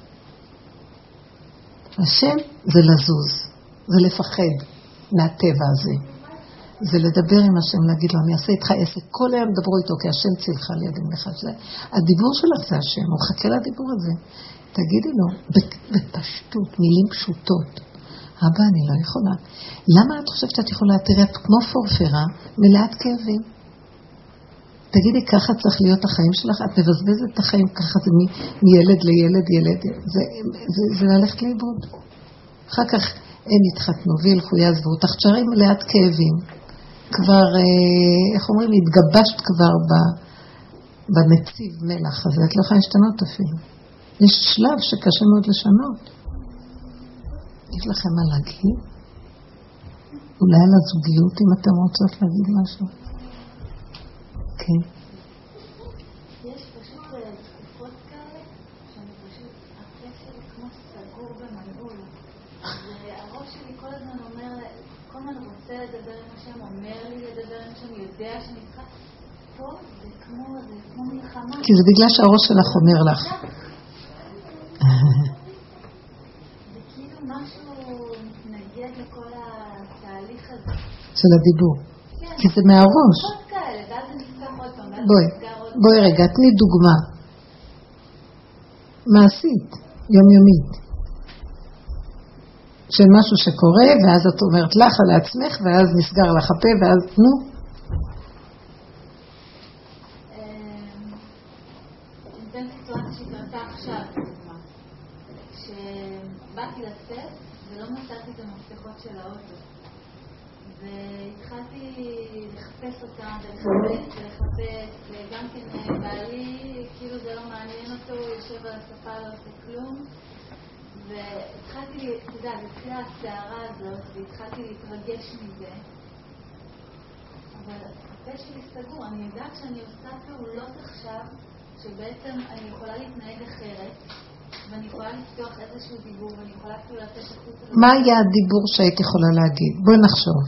השם זה לזוז, זה לפחד מהטבע הזה. זה לדבר עם השם, להגיד לו, אני אעשה איתך עסק, כל היום דברו איתו, כי השם צילך לידים לך. הדיבור שלך זה השם, הוא חכה לדיבור הזה. תגידי לו, בפשטות, מילים פשוטות. אבא, אני לא יכולה. למה את חושבת שאת יכולה? תראה, את כמו פורפרה, מלאת כאבים. תגידי, ככה צריך להיות החיים שלך? את מבזבזת את החיים, ככה זה מילד לילד, זה ללכת לאיבוד. אחר כך הם יתחתנו וילכו, יעזבו אותך, תשארי מלאת כאבים. כבר, איך אומרים, התגבשת כבר בנציב מלח הזה, את לא יכולה להשתנות אפילו. יש שלב שקשה מאוד לשנות. יש לכם מה להגיד? אולי על הזוגיות, אם אתם רוצות להגיד משהו? כן. יש פשוט תקופות כאלה, שאני פשוט, הכיף שלי כמו סגור במנעול. והראש שלי כל הזמן אומר, כל הזמן רוצה לדבר עם השם, אומר לי לדבר עם השם, יודע שאני צריכה. פה זה כמו מלחמה. כי זה בגלל שהראש שלך אומר לך. זה כאילו משהו מתנגד לכל התהליך הזה. של הדיבור. כי זה מהראש. בואי רגע, תני דוגמה. מעשית, יומיומית. של משהו שקורה, ואז את אומרת לך על עצמך, ואז נסגר לך הפה, ואז נו. ניתן סיטואציה שקרתה עכשיו, דוגמה. שבאתי לצאת, ולא מצאתי את המפתחות של האוטו. והתחלתי לחפש אותם ולחפש, וגם כן בעלי, כאילו זה לא מעניין אותו, הוא יושב על השפה, לא עושה כלום. והתחלתי, אתה יודע, התחילה הסערה הזאת, והתחלתי להתרגש מזה. אבל הפה שלי סגור, אני יודעת שאני עושה פעולות עכשיו, שבעצם אני יכולה להתנהג אחרת, ואני יכולה לפתוח איזשהו דיבור, ואני יכולה אפילו לתת החוץ. מה היה הדיבור שהיית יכולה להגיד? בואי נחשוב.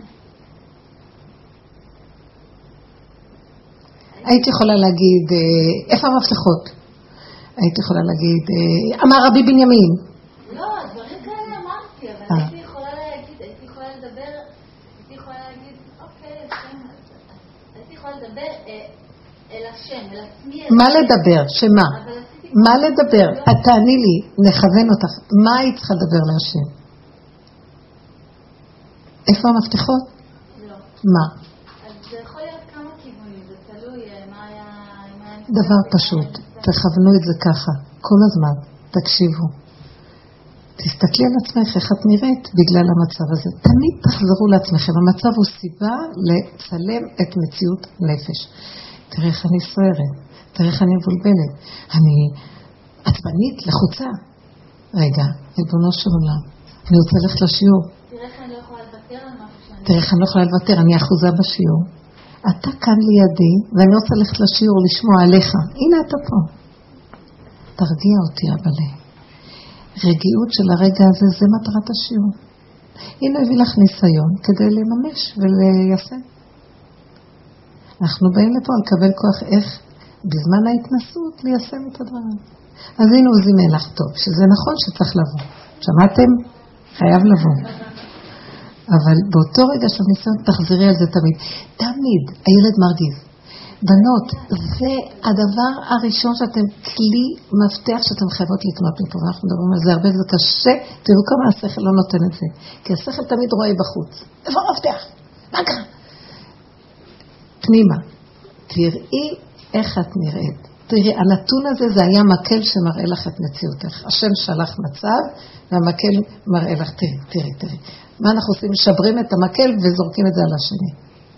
הייתי יכולה להגיד, איפה המפתחות? הייתי יכולה להגיד, אמר רבי בנימין. לא, דברים כאלה אמרתי, אבל הייתי יכולה להגיד, הייתי יכולה לדבר, אוקיי, הייתי יכולה לדבר, אל השם, אל עצמי. מה לדבר? שמה? מה לדבר? תעני לי, נכוון אותך. מה היית צריכה לדבר להשם? איפה המפתחות? לא. מה? אז זה יכול להיות כמה כיוונים, זה תלוי מה היה... דבר פשוט, תכוונו את זה ככה, כל הזמן, תקשיבו. תסתכלי על עצמך, איך את נראית בגלל המצב הזה. תמיד תחזרו לעצמכם, המצב הוא סיבה לצלם את מציאות נפש. תראה איך אני סוערת, תראה איך אני מבולבלת, אני עצבנית, לחוצה. רגע, ריבונו של עולם, אני רוצה ללכת לשיעור. תראה איך אני לא יכולה לוותר על משהו. תראה איך אני לא יכולה לוותר, אני אחוזה בשיעור. אתה כאן לידי, ואני רוצה ללכת לשיעור לשמוע עליך. הנה אתה פה. תרגיע אותי, אבאלה. רגיעות של הרגע הזה, זה מטרת השיעור. הנה הביא לך ניסיון כדי לממש וליישם. אנחנו באים לפה לקבל כוח איך בזמן ההתנסות ליישם את הדברים. אז הנה הוא זימן לך טוב, שזה נכון שצריך לבוא. שמעתם? חייב לבוא. אבל באותו רגע של ניסיון תחזרי על זה תמיד. תמיד, הילד מרגיז. בנות, זה הדבר הראשון שאתם כלי מפתח שאתם חייבות לקנות מפה. ואנחנו מדברים על זה הרבה, זה קשה. תראו כמה השכל לא נותן את זה. כי השכל תמיד רואה בחוץ. איפה המפתח? מה קרה? פנימה. תראי איך את נראית. תראי, הנתון הזה זה היה מקל שמראה לך את מציאותך. השם שלח מצב, והמקל מראה לך, תראי. מה אנחנו עושים? משברים את המקל וזורקים את זה על השני.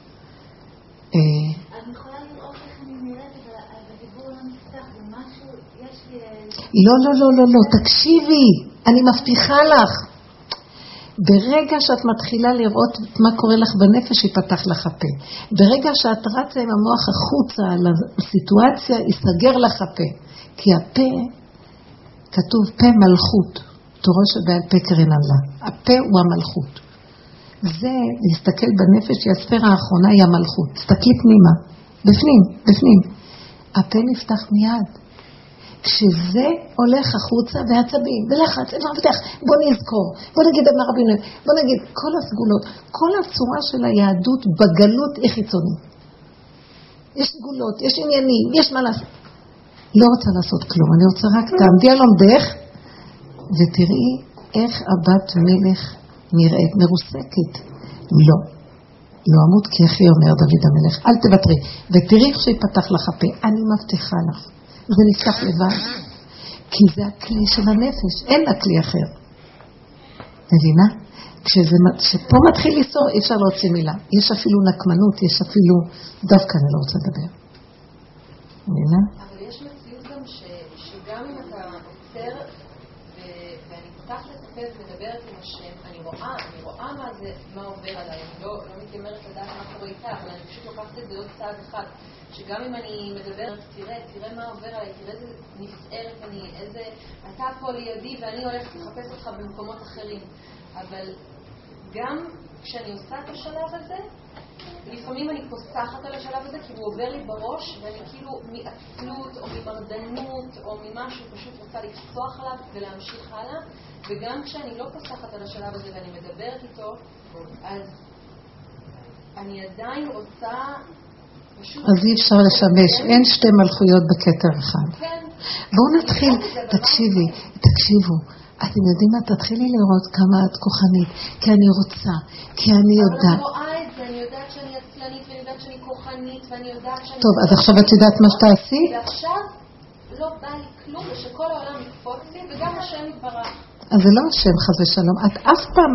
אני יכולה לראות איך אני נראית, אבל בדיבור לא נפתח, זה משהו, יש לי... לא, תקשיבי, אני מבטיחה לך. ברגע שאת מתחילה לראות מה קורה לך בנפש, ייפתח לך הפה. ברגע שאת רצה עם המוח החוצה על הסיטואציה, ייסגר לך הפה. כי הפה, כתוב פה מלכות. תורה שבעל פה קרן עלה. הפה הוא המלכות. זה להסתכל בנפש, היא הספירה האחרונה, היא המלכות. תסתכלי פנימה. בפנים. הפה נפתח מיד. כשזה הולך החוצה ועצבים, ולחץ, ומפתח, בוא נזכור, בוא נגיד אמר רבינו, בוא נגיד כל הסגולות, כל הצורה של היהדות בגלות היא חיצונית. יש סגולות, יש עניינים, יש מה לעשות. לא רוצה לעשות כלום, אני רוצה רק תעמדי על עומדך, ותראי איך הבת מלך נראית מרוסקת. לא אמות כי אחי אומר דוד המלך, אל תוותרי, ותראי איך שיפתח לך הפה, אני מבטיחה לך. זה נפתח לבד, כי זה הכלי של הנפש, אין לה כלי אחר. מבינה? כשפה מתחיל לסור, אי אפשר להוציא מילה. יש אפילו נקמנות, יש אפילו, דווקא אני לא רוצה לדבר. מבינה? אבל יש מציאות גם שגם אם אתה עוצר, ואני פותח לספק ומדברת עם השם, אני רואה מה עובר עליי, אני לא מתיימרת לדעת מה קורה איתה, אבל אני פשוט לוקחת את זה עוד צעד אחד. שגם אם אני מדברת, תראה מה עובר עליי, תראה איזה נסערת אני, איזה, אתה פה לידי ואני הולכת לחפש אותך במקומות אחרים. אבל גם כשאני עושה את השלב הזה, לפעמים אני פוסחת על השלב הזה, כי הוא עובר לי בראש, ואני כאילו מעצלות או ממרדנות או ממשהו פשוט רוצה לפסוח עליו ולהמשיך הלאה. וגם כשאני לא פוסחת על השלב הזה ואני מדברת איתו, אז אני עדיין רוצה... אז אי אפשר לשמש, אין שתי מלכויות בכתר אחד. בואו נתחיל, תקשיבו, אתם יודעים מה? תתחילי לראות כמה את כוחנית, כי אני רוצה, כי אני יודעת. אבל אני רואה את זה, אני יודעת שאני עצלנית, ואני יודעת שאני כוחנית, ואני יודעת שאני... טוב, אז עכשיו את יודעת מה שתעשי? ועכשיו לא בא לי כלום, ושכל העולם יקפוץ לי, וגם השם יתברך. אז זה לא השם חס ושלום, את אף פעם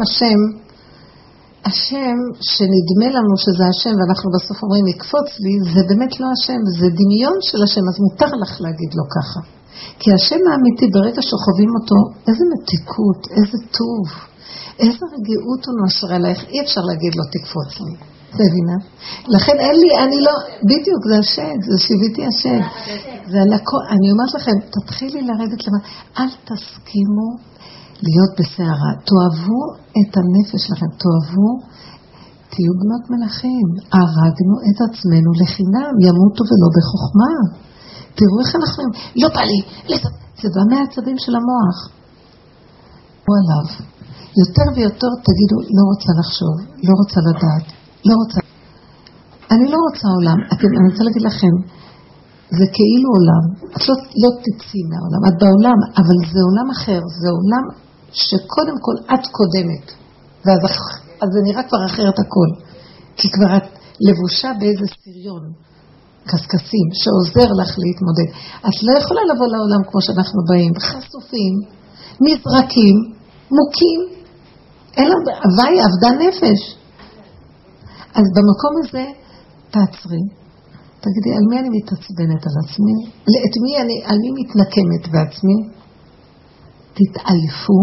השם שנדמה לנו שזה השם ואנחנו בסוף אומרים יקפוץ לי, זה באמת לא השם, זה דמיון של השם, אז מותר לך להגיד לו ככה. כי השם האמיתי ברגע שחווים אותו, איזה מתיקות, איזה טוב, איזה רגיעות הוא נושר עלייך, אי אפשר להגיד לו תקפוץ לי. מבינה? לכן אין לי, אני לא, בדיוק זה השם, זה שיביתי השם. זה אני אומרת לכם, תתחילי לרדת למעלה, אל תסכימו להיות בסערה, תאהבו את הנפש שלכם, תאהבו, תהיו בנות מלכים, הרגנו את עצמנו לחינם, ימותו ולא בחוכמה. תראו איך אנחנו, לא בא לי, זה בא מהעצבים של המוח. הוא עליו, יותר ויותר תגידו, לא רוצה לחשוב, לא רוצה לדעת, לא רוצה. אני לא רוצה עולם, אני רוצה להגיד לכם, זה כאילו עולם. את לא תצאי מהעולם, את בעולם, אבל זה עולם אחר, זה עולם שקודם כל את קודמת. אז זה נראה כבר אחרת הכל. כי כבר את לבושה באיזה סריון, קסקסים, שעוזר לך להתמודד. את לא יכולה לבוא לעולם כמו שאנחנו באים, חשופים, נזרקים, מוכים, אלא הווי עבדה נפש. אז במקום הזה תעצרי, תגידי, על מי אני מתעצבנת על עצמי? על מי מתנקמת בעצמי? תתעייפו,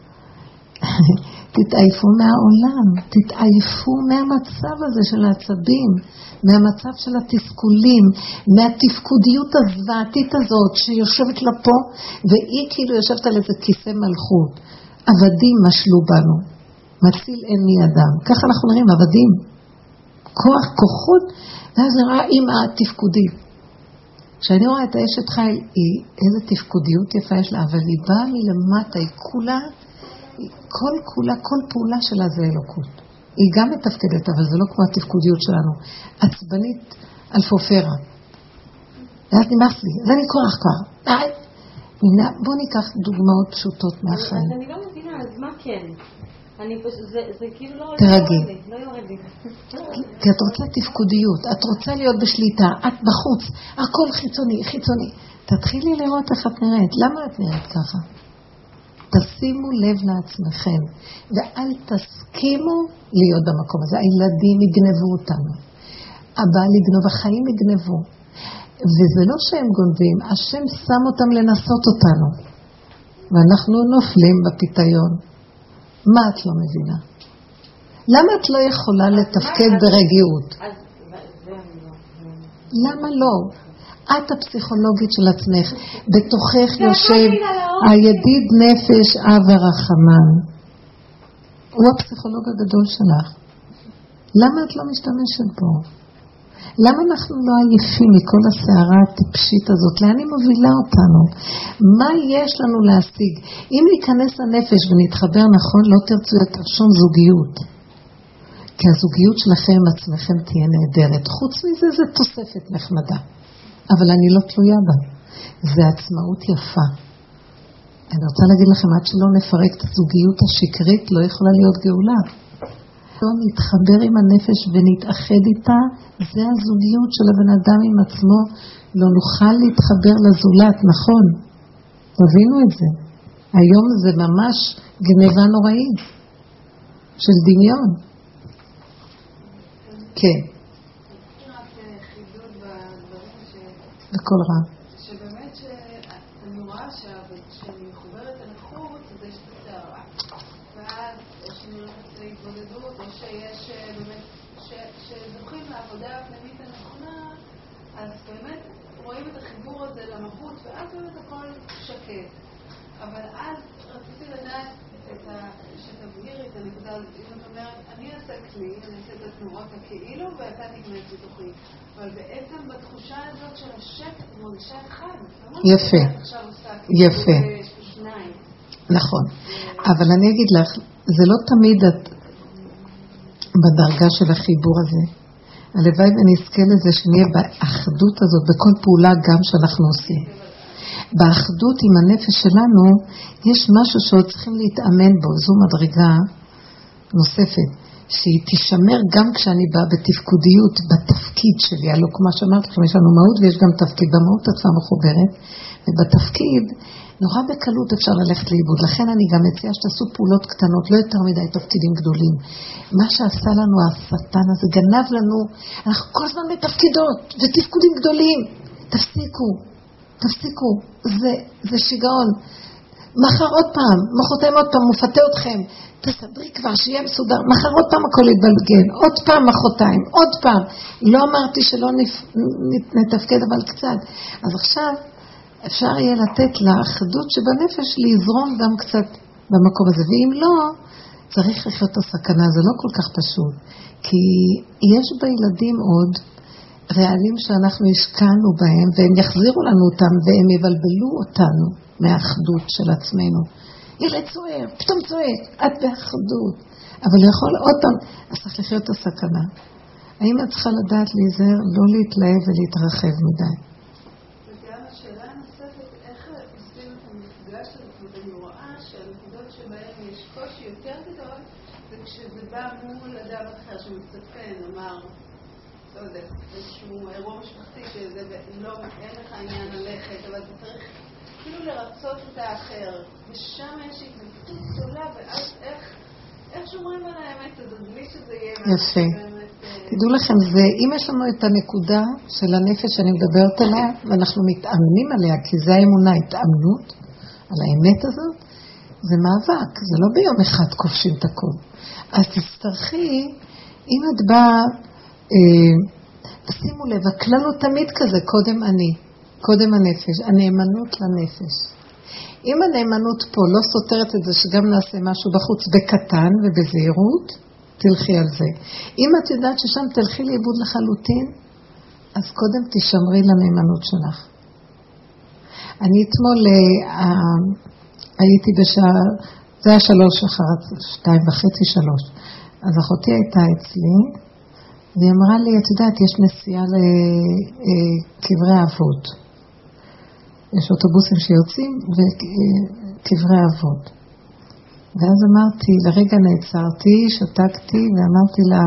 תתעייפו מהעולם, תתעייפו מהמצב הזה של העצבים, מהמצב של התסכולים, מהתפקודיות הזוועתית הזאת שיושבת לה פה, והיא כאילו יושבת על איזה כיסא מלכות. עבדים משלו בנו, מציל אין מי אדם. ככה אנחנו נראים, עבדים. כוח, כוחות, ואז נראה אימא התפקודית. כשאני רואה את האשת חיל, איזה תפקודיות יפה יש לה, אבל היא באה מלמטה, היא כולה, כל פעולה שלה זה אלוקות. היא גם מתפקדת, אבל זה לא כמו התפקודיות שלנו. עצבנית על פופרה. ואז נמאס לי, זה אני כוח כבר. בואו ניקח דוגמאות פשוטות מהחיים. אני לא מבינה, אז מה כן? זה כאילו לא יורד לי. כי את רוצה תפקודיות, את רוצה להיות בשליטה, את בחוץ, הכל חיצוני. תתחילי לראות איך את נראית. למה את נראית ככה? תשימו לב לעצמכם, ואל תסכימו להיות במקום הזה. הילדים יגנבו אותנו. הבעל יגנוב, החיים יגנבו. וזה לא שהם גונבים, השם שם אותם לנסות אותנו. ואנחנו נופלים בפיתיון. מה את לא מבינה? למה את לא יכולה לתפקד ברגיעות? למה לא? את הפסיכולוגית של עצמך, בתוכך יושב הידיד נפש אב הרחמן. הוא הפסיכולוג הגדול שלך. למה את לא משתמשת בו? למה אנחנו לא עייפים מכל הסערה הטיפשית הזאת? לאן היא מובילה אותנו? מה יש לנו להשיג? אם ניכנס לנפש ונתחבר נכון, לא תרצו יותר שום זוגיות. כי הזוגיות שלכם עם עצמכם תהיה נהדרת. חוץ מזה זה תוספת נחמדה. אבל אני לא תלויה בה. זה עצמאות יפה. אני רוצה להגיד לכם, עד שלא נפרק את הזוגיות השקרית, לא יכולה להיות גאולה. לא נתחבר עם הנפש ונתאחד איתה, זה הזוגיות של הבן אדם עם עצמו. לא נוכל להתחבר לזולת, נכון? תבינו את זה. היום זה ממש גניבה נוראית של דמיון. כן. בכל רע. שבאמת שאני רואה שאני מחוברת לנחות, אז יש את הסערה. ואז שאני הולכת להתבודדות, או שיש באמת, שזוכים לעבודה הפנימית הנכונה, אז באמת רואים את החיבור הזה למהות, ואז באמת הכל שקט. אבל אז רציתי לדעת שתבהירי את הנקודה, אם את אומרת, אני אעשה כלי, אני אעשה את התנועות הכאילו, ואתה תגנב בתוכי. אבל בעצם בתחושה הזאת של השקט, מרגישה אחד. יפה. יפה. נכון. אבל אני אגיד לך, זה לא תמיד את בדרגה של החיבור הזה. הלוואי ונזכה לזה שנהיה באחדות הזאת, בכל פעולה גם שאנחנו עושים. באחדות עם הנפש שלנו, יש משהו שעוד צריכים להתאמן בו. זו מדרגה נוספת. שהיא תשמר גם כשאני באה בתפקודיות, בתפקיד שלי. הלוא כמו שאמרת, יש לנו מהות ויש גם תפקיד. במהות את כבר מחוברת, ובתפקיד נורא בקלות אפשר ללכת לאיבוד. לכן אני גם מציעה שתעשו פעולות קטנות, לא יותר מדי תפקידים גדולים. מה שעשה לנו השטן הזה, גנב לנו, אנחנו כל הזמן בתפקידות ותפקודים גדולים. תפסיקו. זה שיגעון. מחר עוד פעם, מחרתיים עוד פעם, מופתה אתכם. תסדרי כבר, שיהיה מסודר. מחר עוד פעם הכל יתבלגן. עוד פעם מחרתיים, עוד פעם. לא אמרתי שלא נתפקד, אבל קצת. אז עכשיו אפשר יהיה לתת לאחדות שבנפש להזרום גם קצת במקום הזה. ואם לא, צריך לחיות את הסכנה. זה לא כל כך פשוט. כי יש בילדים עוד רעלים שאנחנו השקענו בהם, והם יחזירו לנו אותם, והם יבלבלו אותנו מהאחדות של עצמנו. ילד צוער, פתאום צועק, את באחדות. אבל יכול עוד פעם, אז צריך לחיות את הסכנה. האם את צריכה לדעת להיזהר, לא להתלהב ולהתרחב מדי? כשזה בא מול אדם אחר שמצפה, נאמר, לא יודע, איזשהו אירוע משפחתי שזה לא, אין לך עניין ללכת, אבל אתה צריך כאילו לרצות את האחר, ושם יש התנגדות גדולה, ואז איך שומרים על האמת הזאת, בלי שזה יהיה יפה. תדעו לכם, אם יש לנו את הנקודה של הנפש שאני מדברת עליה, ואנחנו מתאמנים עליה, כי זה האמונה, התאמנות על האמת הזאת, זה מאבק, זה לא ביום אחד כובשים את הכל. אז תצטרכי, אם את באה, שימו לב, הכלל הוא תמיד כזה, קודם הנפש, הנאמנות לנפש. אם הנאמנות פה לא סותרת את זה שגם נעשה משהו בחוץ בקטן ובזהירות, תלכי על זה. אם את יודעת ששם תלכי לאיבוד לחלוטין, אז קודם תשמרי לנאמנות שלך. אני אתמול הייתי בשעה, זה היה 2:30, 3. אז אחותי הייתה אצלי, והיא אמרה לי, את יודעת, יש נסיעה לקברי האבות. יש אוטובוסים שיוצאים וקברי האבות. ואז אמרתי, לרגע נעצרתי, שתקתי ואמרתי לה,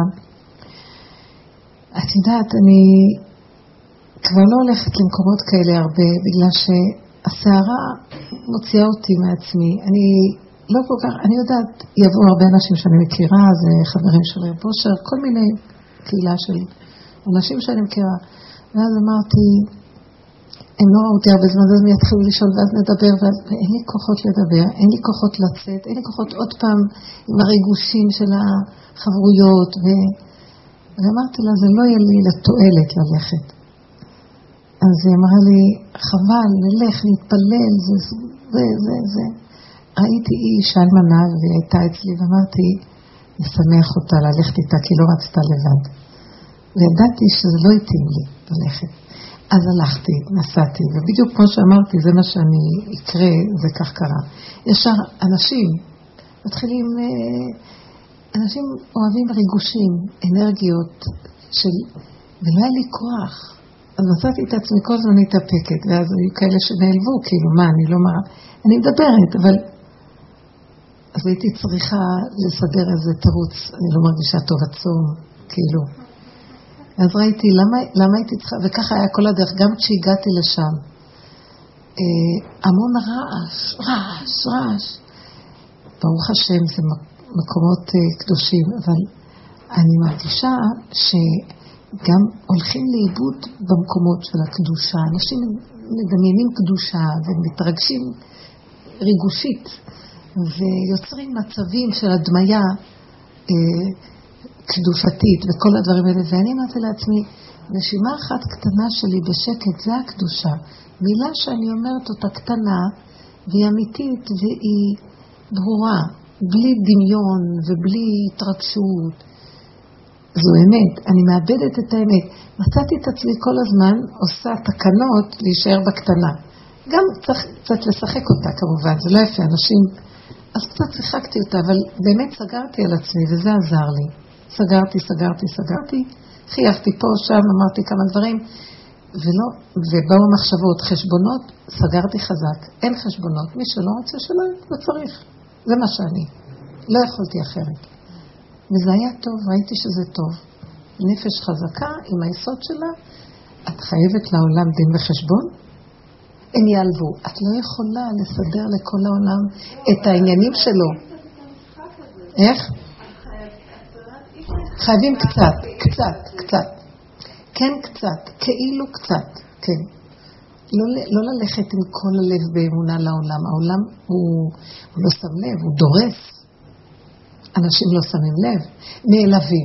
את יודעת, אני כבר לא הולכת למקומות כאלה הרבה, בגלל שהסערה מוציאה אותי מעצמי. אני לא כל כך, אני יודעת, יבואו הרבה אנשים שאני מכירה, זה חברים של רב אושר, כל מיני קהילה של אנשים שאני מכירה. ואז אמרתי, הם לא ראו אותי הרבה זמן, אז הם יתחילו לשאול ואז נדבר, ואין לי כוחות לדבר, אין לי כוחות לצאת, אין לי כוחות עוד פעם עם הריגושים של החברויות, ואמרתי לה, זה לא יהיה לי לתועלת ללכת. אז היא אמרה לי, חבל, נלך, נתפלל, זה. ראיתי אישה אלמנה, והיא הייתה אצלי, ואמרתי, נשמח אותה ללכת איתה, כי לא רצתה לבד. וידעתי שזה לא התאים לי ללכת. אז הלכתי, נסעתי, ובדיוק כמו שאמרתי, זה מה שאני אקרה, זה כך קרה. ישר אנשים מתחילים, אנשים אוהבים ריגושים, אנרגיות של, ולא היה לי כוח. אז מצאתי את עצמי כל הזמן מתאפקת, ואז היו כאלה שנעלבו, כאילו, מה, אני לא מה, אני מדברת, אבל אז הייתי צריכה לסדר איזה תירוץ, אני לא מרגישה טוב עצום, כאילו. אז ראיתי, למה הייתי צריכה, וככה היה כל הדרך, גם כשהגעתי לשם, המון רעש. ברוך השם, זה מקומות קדושים, אבל אני מרגישה שגם הולכים לאיבוד במקומות של הקדושה. אנשים מדמיינים קדושה ומתרגשים ריגושית, ויוצרים מצבים של הדמיה קדושתית וכל הדברים האלה. ואני אמרתי לעצמי, נשימה אחת קטנה שלי בשקט, זה הקדושה. מילה שאני אומרת אותה קטנה, והיא אמיתית והיא ברורה, בלי דמיון ובלי התרגשות. זו אמת, אני מאבדת את האמת. מצאתי את עצמי כל הזמן עושה תקנות להישאר בקטנה. גם צריך קצת לשחק אותה כמובן, זה לא יפה, אנשים... אז קצת שיחקתי אותה, אבל באמת סגרתי על עצמי וזה עזר לי. סגרתי, חייבתי פה, שם, אמרתי כמה דברים, ובאו מחשבות, חשבונות, סגרתי חזק. אין חשבונות, מי שלא רוצה שלא, לא צריך. זה מה שאני. לא יכולתי אחרת. וזה היה טוב, ראיתי שזה טוב. נפש חזקה עם היסוד שלה, את חייבת לעולם דין וחשבון, הם יעלבו. את לא יכולה לסדר לכל העולם את העניינים שלו. איך? חייבים קצת. כן קצת, כאילו קצת, כן. לא ללכת עם כל הלב באמונה לעולם. העולם הוא לא שם לב, הוא דורס. אנשים לא שמים לב, נעלבים.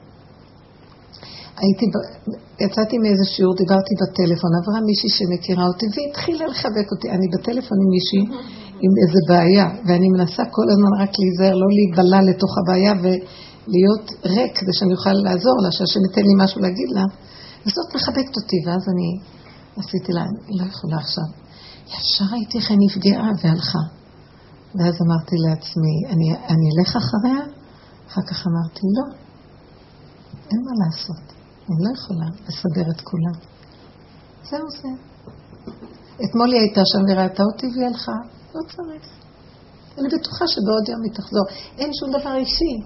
יצאתי מאיזה שיעור, דיברתי בטלפון, עברה מישהי שמכירה אותי והתחילה לחבק אותי. אני בטלפון עם מישהי עם איזה בעיה, ואני מנסה כל הזמן רק להיזהר, לא להיבלה לתוך הבעיה ולהיות ריק כדי שאני אוכל לעזור לה, שהשם ייתן לי משהו להגיד לה. וזאת מחבקת אותי, ואז אני עשיתי לה, אני לא יכולה עכשיו. ישר הייתי איך אני נפגעה והלכה. ואז אמרתי לעצמי, אני אלך אחריה? אחר כך אמרתי, לא, אין מה לעשות. אני לא יכולה לסדר את כולם. זהו זה. אתמול היא הייתה שם וראתה אותי והיא הלכה. לא צריך. אני בטוחה שבעוד יום היא תחזור. אין שום דבר אישי.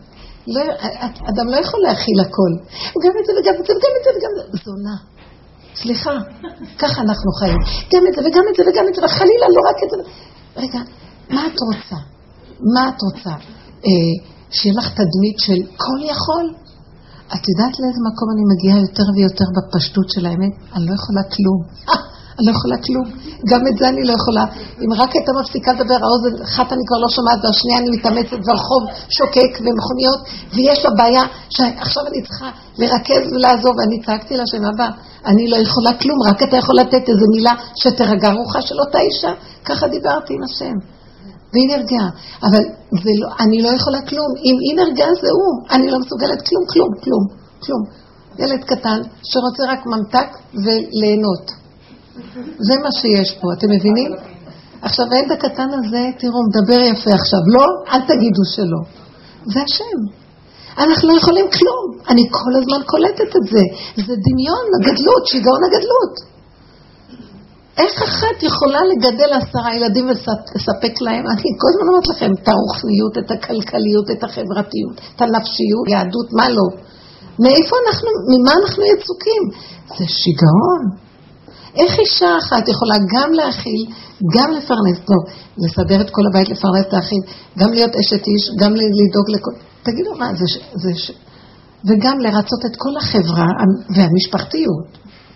אדם לא יכול להכיל הכל. גם את זה וגם את זה וגם את זה וגם את זה. זונה. סליחה, ככה אנחנו חיים. גם את זה וגם את זה וגם את זה, וחלילה לא רק את זה. רגע, מה את רוצה? מה את רוצה? שיהיה לך תדמית של כל יכול? את יודעת לאיזה מקום אני מגיעה יותר ויותר בפשטות של האמת? אני לא יכולה כלום. אני לא יכולה כלום. גם את זה אני לא יכולה. אם רק הייתה מפסיקה לדבר, האוזן, אחת אני כבר לא שומעת, והשנייה אני מתאמצת, והרחוב שוקק ומכוניות, ויש לה בעיה שעכשיו אני צריכה לרכז ולעזוב, ואני צעקתי לה שם הבא, אני לא יכולה כלום, רק אתה יכול לתת איזו מילה שתרגע רוחה של אותה אישה. ככה דיברתי עם השם. והיא נרגעה. אבל זה לא, אני לא יכולה כלום. אם היא נרגעה זה הוא. אני לא מסוגלת כלום, כלום, כלום, כלום. ילד קטן שרוצה רק ממתק וליהנות. זה מה שיש פה, אתם מבינים? עכשיו הילד הקטן הזה, תראו, מדבר יפה עכשיו. לא, אל תגידו שלא. זה השם. אנחנו לא יכולים כלום. אני כל הזמן קולטת את זה. זה דמיון, הגדלות, שיגעון הגדלות. איך אחת יכולה לגדל 10 ילדים ולספק להם? אני כל הזמן אומרת לכם, את הרוחניות, את הכלכליות, את החברתיות, את הנפשיות, יהדות, מה לא? מאיפה אנחנו, ממה אנחנו יצוקים? זה שיגעון. איך אישה אחת יכולה גם להכיל, גם לפרנס, טוב, לסדר את כל הבית, לפרנס את האחים, גם להיות אשת איש, גם לדאוג לכל... תגידו מה, וגם לרצות את כל החברה והמשפחתיות.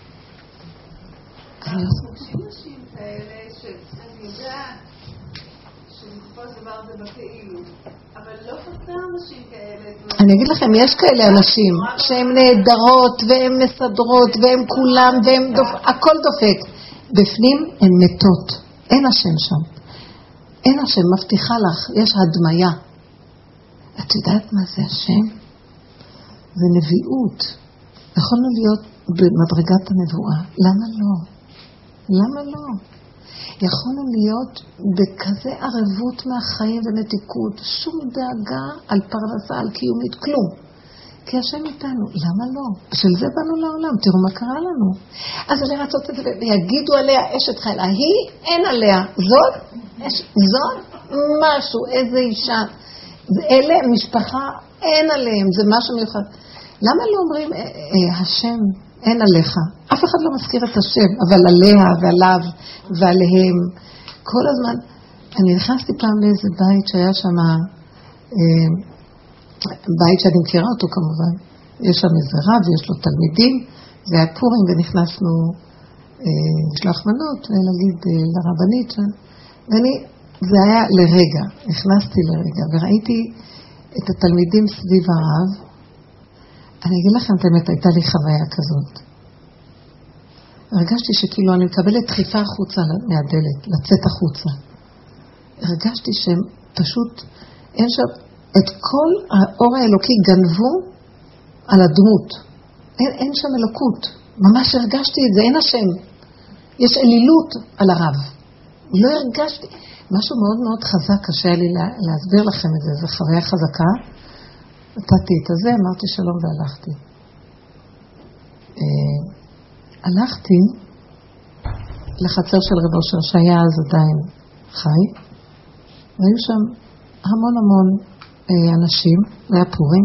אני נשים כאלה שאני יודעת שבסופו של דבר זה בכאילו, אבל לא חסר נשים כאלה. אני אגיד לכם, יש כאלה אנשים שהן נהדרות והן מסדרות והן כולם והן הכל דופק. בפנים הן מתות. אין השם שם. אין השם, מבטיחה לך, יש הדמיה. את יודעת מה זה השם? זה נביאות. יכולנו להיות במדרגת הנבואה. למה לא? למה לא? יכולנו להיות בכזה ערבות מהחיים ונתיקות, שום דאגה על פרנסה, על קיומית, כלום. כי השם איתנו, למה לא? בשביל זה באנו לעולם, תראו מה קרה לנו. אז לרצות את זה, ויגידו עליה אשת חיל, היא אין עליה, זאת משהו, איזה אישה, אלה משפחה, אין עליהם, זה משהו מיוחד. למה לא אומרים, השם אין עליך? אף אחד לא מזכיר את השם, אבל עליה ועליו ועליהם. כל הזמן, אני נכנסתי פעם לאיזה בית שהיה שם, בית שאני מכירה אותו כמובן, יש שם איזה רב ויש לו תלמידים, זה היה פורים ונכנסנו לשלוח מנות ולהגיד לרבנית, זה היה לרגע, נכנסתי לרגע וראיתי את התלמידים סביב הרב. אני אגיד לכם, באמת הייתה לי חוויה כזאת. הרגשתי שכאילו אני מקבלת דחיפה החוצה מהדלת, לצאת החוצה. הרגשתי שהם פשוט, אין שם, את כל האור האלוקי גנבו על הדמות. אין שם אלוקות. ממש הרגשתי את זה, אין השם. יש אלילות על הרב. לא הרגשתי. משהו מאוד מאוד חזק, קשה לי להסביר לכם את זה, זו חוויה חזקה. נתתי את הזה, אמרתי שלום והלכתי. הלכתי לחצר של רב אושר שהיה אז עדיין חי, והיו שם המון אנשים, והיה פורים,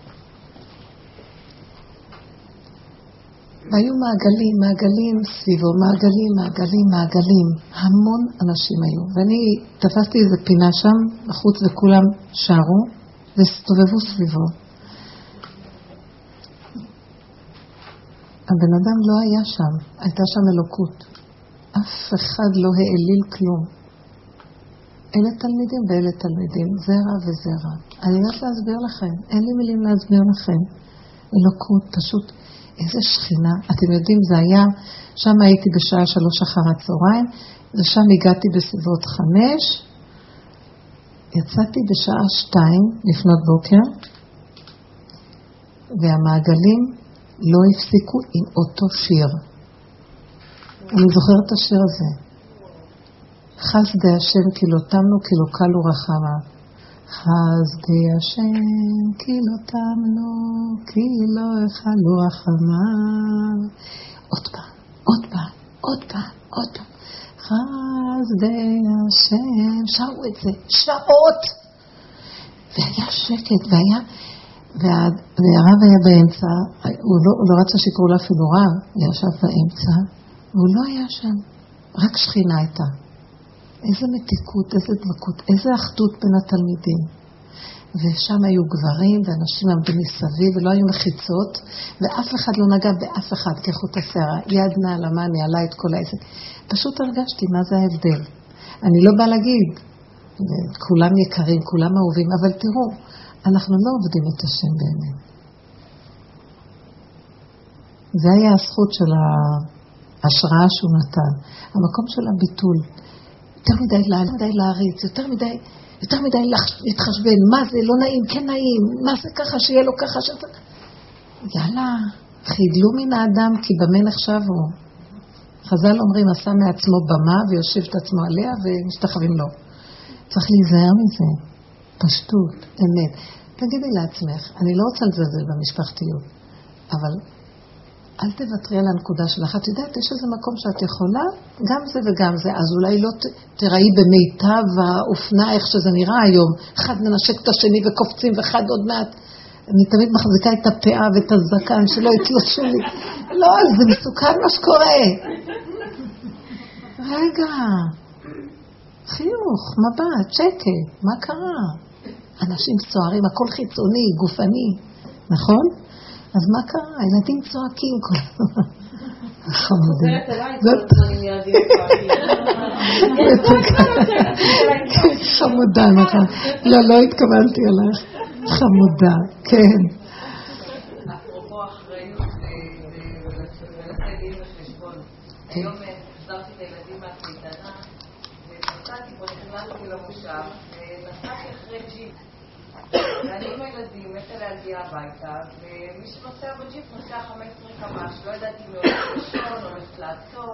והיו מעגלים סביבו, מעגלים, המון אנשים היו, ואני תפסתי איזה פינה שם, בחוץ וכולם שרו, והסתובבו סביבו. הבן אדם לא היה שם, הייתה שם אלוקות. אף אחד לא העליל כלום. אלה תלמידים ואלה תלמידים, זרע וזרע. אני יודעת להסביר לכם, אין לי מילים להסביר לכם. אלוקות, פשוט איזה שכינה. אתם יודעים, זה היה, שם הייתי בשעה 3 אחר הצהריים, ושם הגעתי בסביבות 5, יצאתי בשעה 2 לפנות בוקר, והמעגלים לא הפסיקו עם אותו שיר. אני זוכרת את השיר הזה. חסדי השם כי לא תמנו כי לא קלו רחמה. חסדי השם כי לא תמנו כי לא קלו רחמה. עוד פעם. חסדי השם, שרו את זה, שעות. והיה שקט, והרב היה באמצע, הוא לא רצה שיקראו לו אפילו רב, הוא ישב באמצע, והוא לא היה שם, רק שכינה הייתה. איזה מתיקות, איזה דבקות, איזה אחדות בין התלמידים. ושם היו גברים ואנשים עמדו מסביב ולא היו מחיצות, ואף אחד לא נגע באף אחד כחוט השערה. יד נעלמה ניהלה את כל העסק. פשוט הרגשתי מה זה ההבדל. אני לא באה להגיד, כולם יקרים, כולם אהובים, אבל תראו, אנחנו לא עובדים את השם באמת. זה היה הזכות של ההשראה שהוא נתן. המקום של הביטול. יותר מדי להריץ, יותר מדי להתחשבן, מה זה לא נעים, כן נעים, מה זה ככה, שיהיה לו ככה, יאללה, חידלו מן האדם, כי במה נחשב הוא. חז"ל אומרים, עשה מעצמו במה, ויושב את עצמו עליה, ומשתחווים לו. צריך להיזהר מזה, פשטות, אמת. תגידי לעצמך, אני לא רוצה לזלזל במשפחתיות, אבל אל תוותרי על הנקודה שלך. את יודעת, יש איזה מקום שאת יכולה, גם זה וגם זה, אז אולי לא תראי במיטב האופנה איך שזה נראה היום. אחד מנשק את השני וקופצים, ואחד עוד מעט. אני תמיד מחזיקה את הפאה ואת הזקן שלא יתלושו לי. לא, זה מסוכן מה שקורה. רגע, חיוך, מבט, שקט, מה קרה? אנשים צוערים, הכל חיצוני, גופני, נכון? אז מה קרה? הילדים צועקים כל הזמן. חמודים. חמודה, נכון. לא התכוונתי עליך. חמודה, כן. אפרופו אחריות ולתת דין וחשבון. היום החזרתי את הילדים מהקייטנה, ונסעתי פה, נכנסתי למושב, ונסעתי אחרי ג'יפ. ואני עם הילדים, מתה להגיע הביתה, ומי שנוסע בג'יפ נוסע 15 קמ"ש, לא ידעתי אם הולך לישון, הולך לעצור.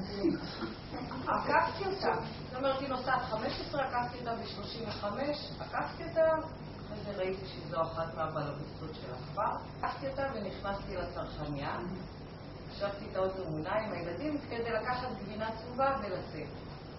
עקפתי אותה. זאת אומרת, היא נוסעת 15, עקפתי אותה ב-35, עקפתי אותה, אחרי זה ראיתי שזו אחת מהבלבוסות של הכפר, עקפתי אותה ונכנסתי לצרכניה, חשבתי את האוטו מונה עם הילדים כדי לקחת גבינה צהובה ולצאת.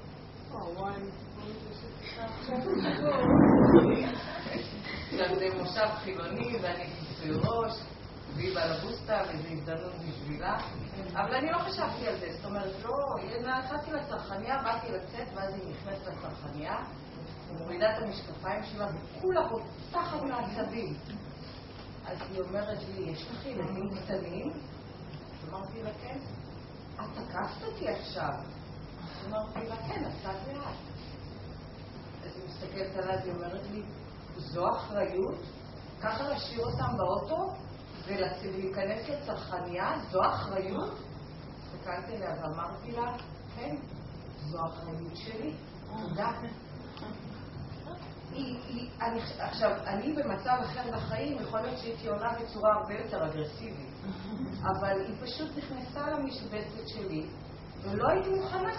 זה מושב חילוני ואני כיסוי ראש והיא בלבוסטה וזו הזדמנות בשבילה, אבל אני לא חשבתי על זה. זאת אומרת, לא, נכנסתי לצרכניה, באתי לצאת ואז היא נכנסת לצרכניה, היא מורידה את המשקפיים שלה וכולה פותחת מעצבים. אז היא אומרת לי, יש לך ילדים קטנים? אמרתי לה, כן. את תקפת אותי עכשיו? אמרתי לה, כן, עשת לאט. אז היא מסתכלת עליי, היא אומרת לי, זו אחריות? ככה להשאיר אותם באוטו ולהיכנס לצרכניה? זו אחריות? הסתכלתי אליה ואמרתי לה, כן, זו אחריות שלי. תודה. עכשיו, אני במצב אחר בחיים, יכול להיות שהייתי עולה בצורה הרבה יותר אגרסיבית, אבל היא פשוט נכנסה למשבצת שלי, ולא הייתי מוכנה,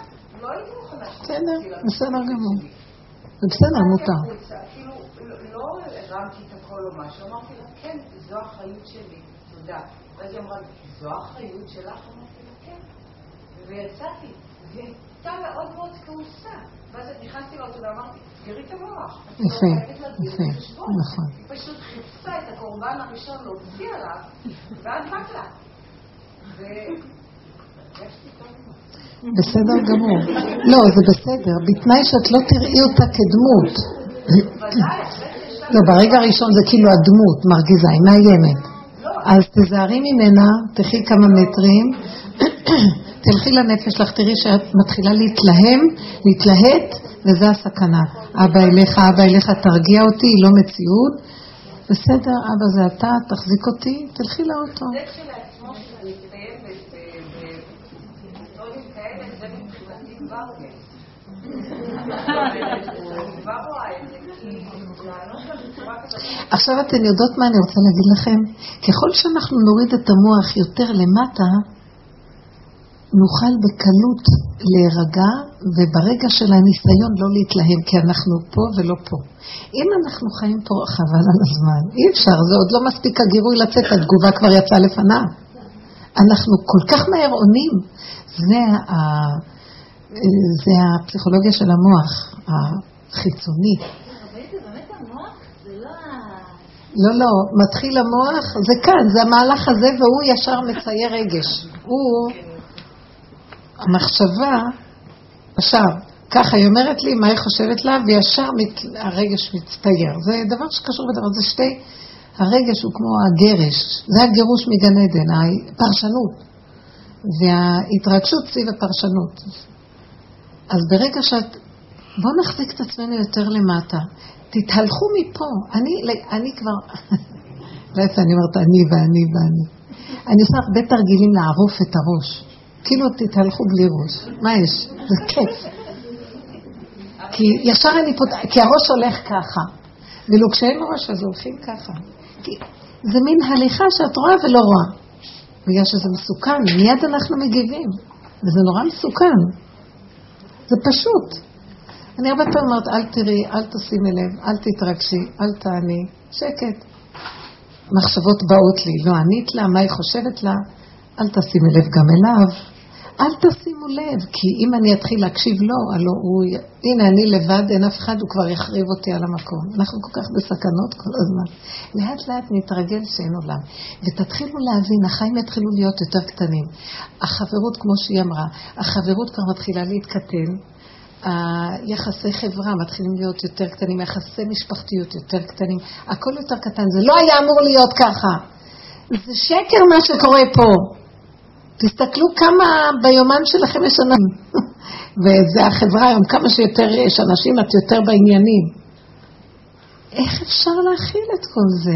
בסדר גמור. זה בסדר, מותר. כאילו, לא הרמתי את הכל או משהו, אמרתי לה, כן, זו האחריות שלי, תודה. ואז היא אמרה, זו האחריות שלך? אמרתי לה, כן. ויצאתי, והיא הייתה מאוד מאוד כעוסה. ואז נכנסתי לאוטו ואמרתי, סגרי את המוח. יפה, נכון. היא פשוט חיפשה את הקורבן הראשון להוציא עליו, ואז רק לה. והרגשתי טוב. בסדר גמור. לא, זה בסדר. בתנאי שאת לא תראי אותה כדמות. לא, ברגע הראשון זה כאילו הדמות מרגיזה, היא מאיימת. אז תזהרי ממנה, תחי כמה מטרים, תלכי לנפש לך, תראי שאת מתחילה להתלהט, וזה הסכנה. אבא אליך, תרגיע אותי, היא לא מציאות. בסדר, אבא זה אתה, תחזיק אותי, תלכי לאוטו. זה כשלעצמו שזה מתקיים בסטורים כאלה, זה מבחינתי כבר זה. אני כבר רואה את זה, כי לענות לה בצורה כזאת. עכשיו אתן יודעות מה אני רוצה להגיד לכם? ככל שאנחנו נוריד את המוח יותר למטה, נוכל בקלות להירגע, וברגע של הניסיון לא להתלהם, כי אנחנו פה ולא פה. אם אנחנו חיים פה, חבל על הזמן. אי אפשר, זה עוד לא מספיק הגירוי לצאת, התגובה כבר יצאה לפניו. אנחנו כל כך מהר עונים. זה הפסיכולוגיה של המוח, החיצוני. באמת המוח זה לא לא, מתחיל המוח, זה כאן, זה המהלך הזה, והוא ישר מצייר רגש. הוא, המחשבה, עכשיו, ככה היא אומרת לי מה היא חושבת לה, וישר הרגש מצטייר. זה דבר שקשור בדבר, זה שתי, הרגש הוא כמו הגרש, זה הגירוש מגן עדן, הפרשנות, וההתרגשות סביב הפרשנות. אז ברגע בואו נחזיק את עצמנו יותר למטה, תתהלכו מפה, אני כבר, אני אומרת אני. אני עושה הרבה תרגילים לערוף את הראש, כאילו תתהלכו בלי ראש, מה יש? זה כיף. כי ישר כי הראש הולך ככה, ולא כשאין ראש אז הולכים ככה. כי זה מין הליכה שאת רואה ולא רואה, בגלל שזה מסוכן, מיד אנחנו מגיבים, וזה נורא מסוכן. זה פשוט. אני הרבה פעמים אומרת, אל תראי, אל תשימי לב, אל תתרגשי, אל תעני, שקט. מחשבות באות לי, לא ענית לה, מה היא חושבת לה, אל תשימי לב גם אליו, אל תשימו לב, כי אם אני אתחיל להקשיב לו, הנה אני לבד, אין אף אחד, הוא כבר יחריב אותי על המקום. אנחנו כל כך בסכנות כל הזמן. לאט לאט נתרגל שאין עולם. ותתחילו להבין, החיים יתחילו להיות יותר קטנים. החברות, כמו שהיא אמרה, החברות כבר מתחילה להתקטן, היחסי חברה מתחילים להיות יותר קטנים, יחסי משפחתיות יותר קטנים, הכל יותר קטן, זה לא היה אמור להיות ככה. זה שקר מה שקורה פה. תסתכלו כמה ביומן שלכם יש אנשים, וזה החברה היום, כמה שיותר יש אנשים, את יותר בעניינים. איך אפשר להכיל את כל זה?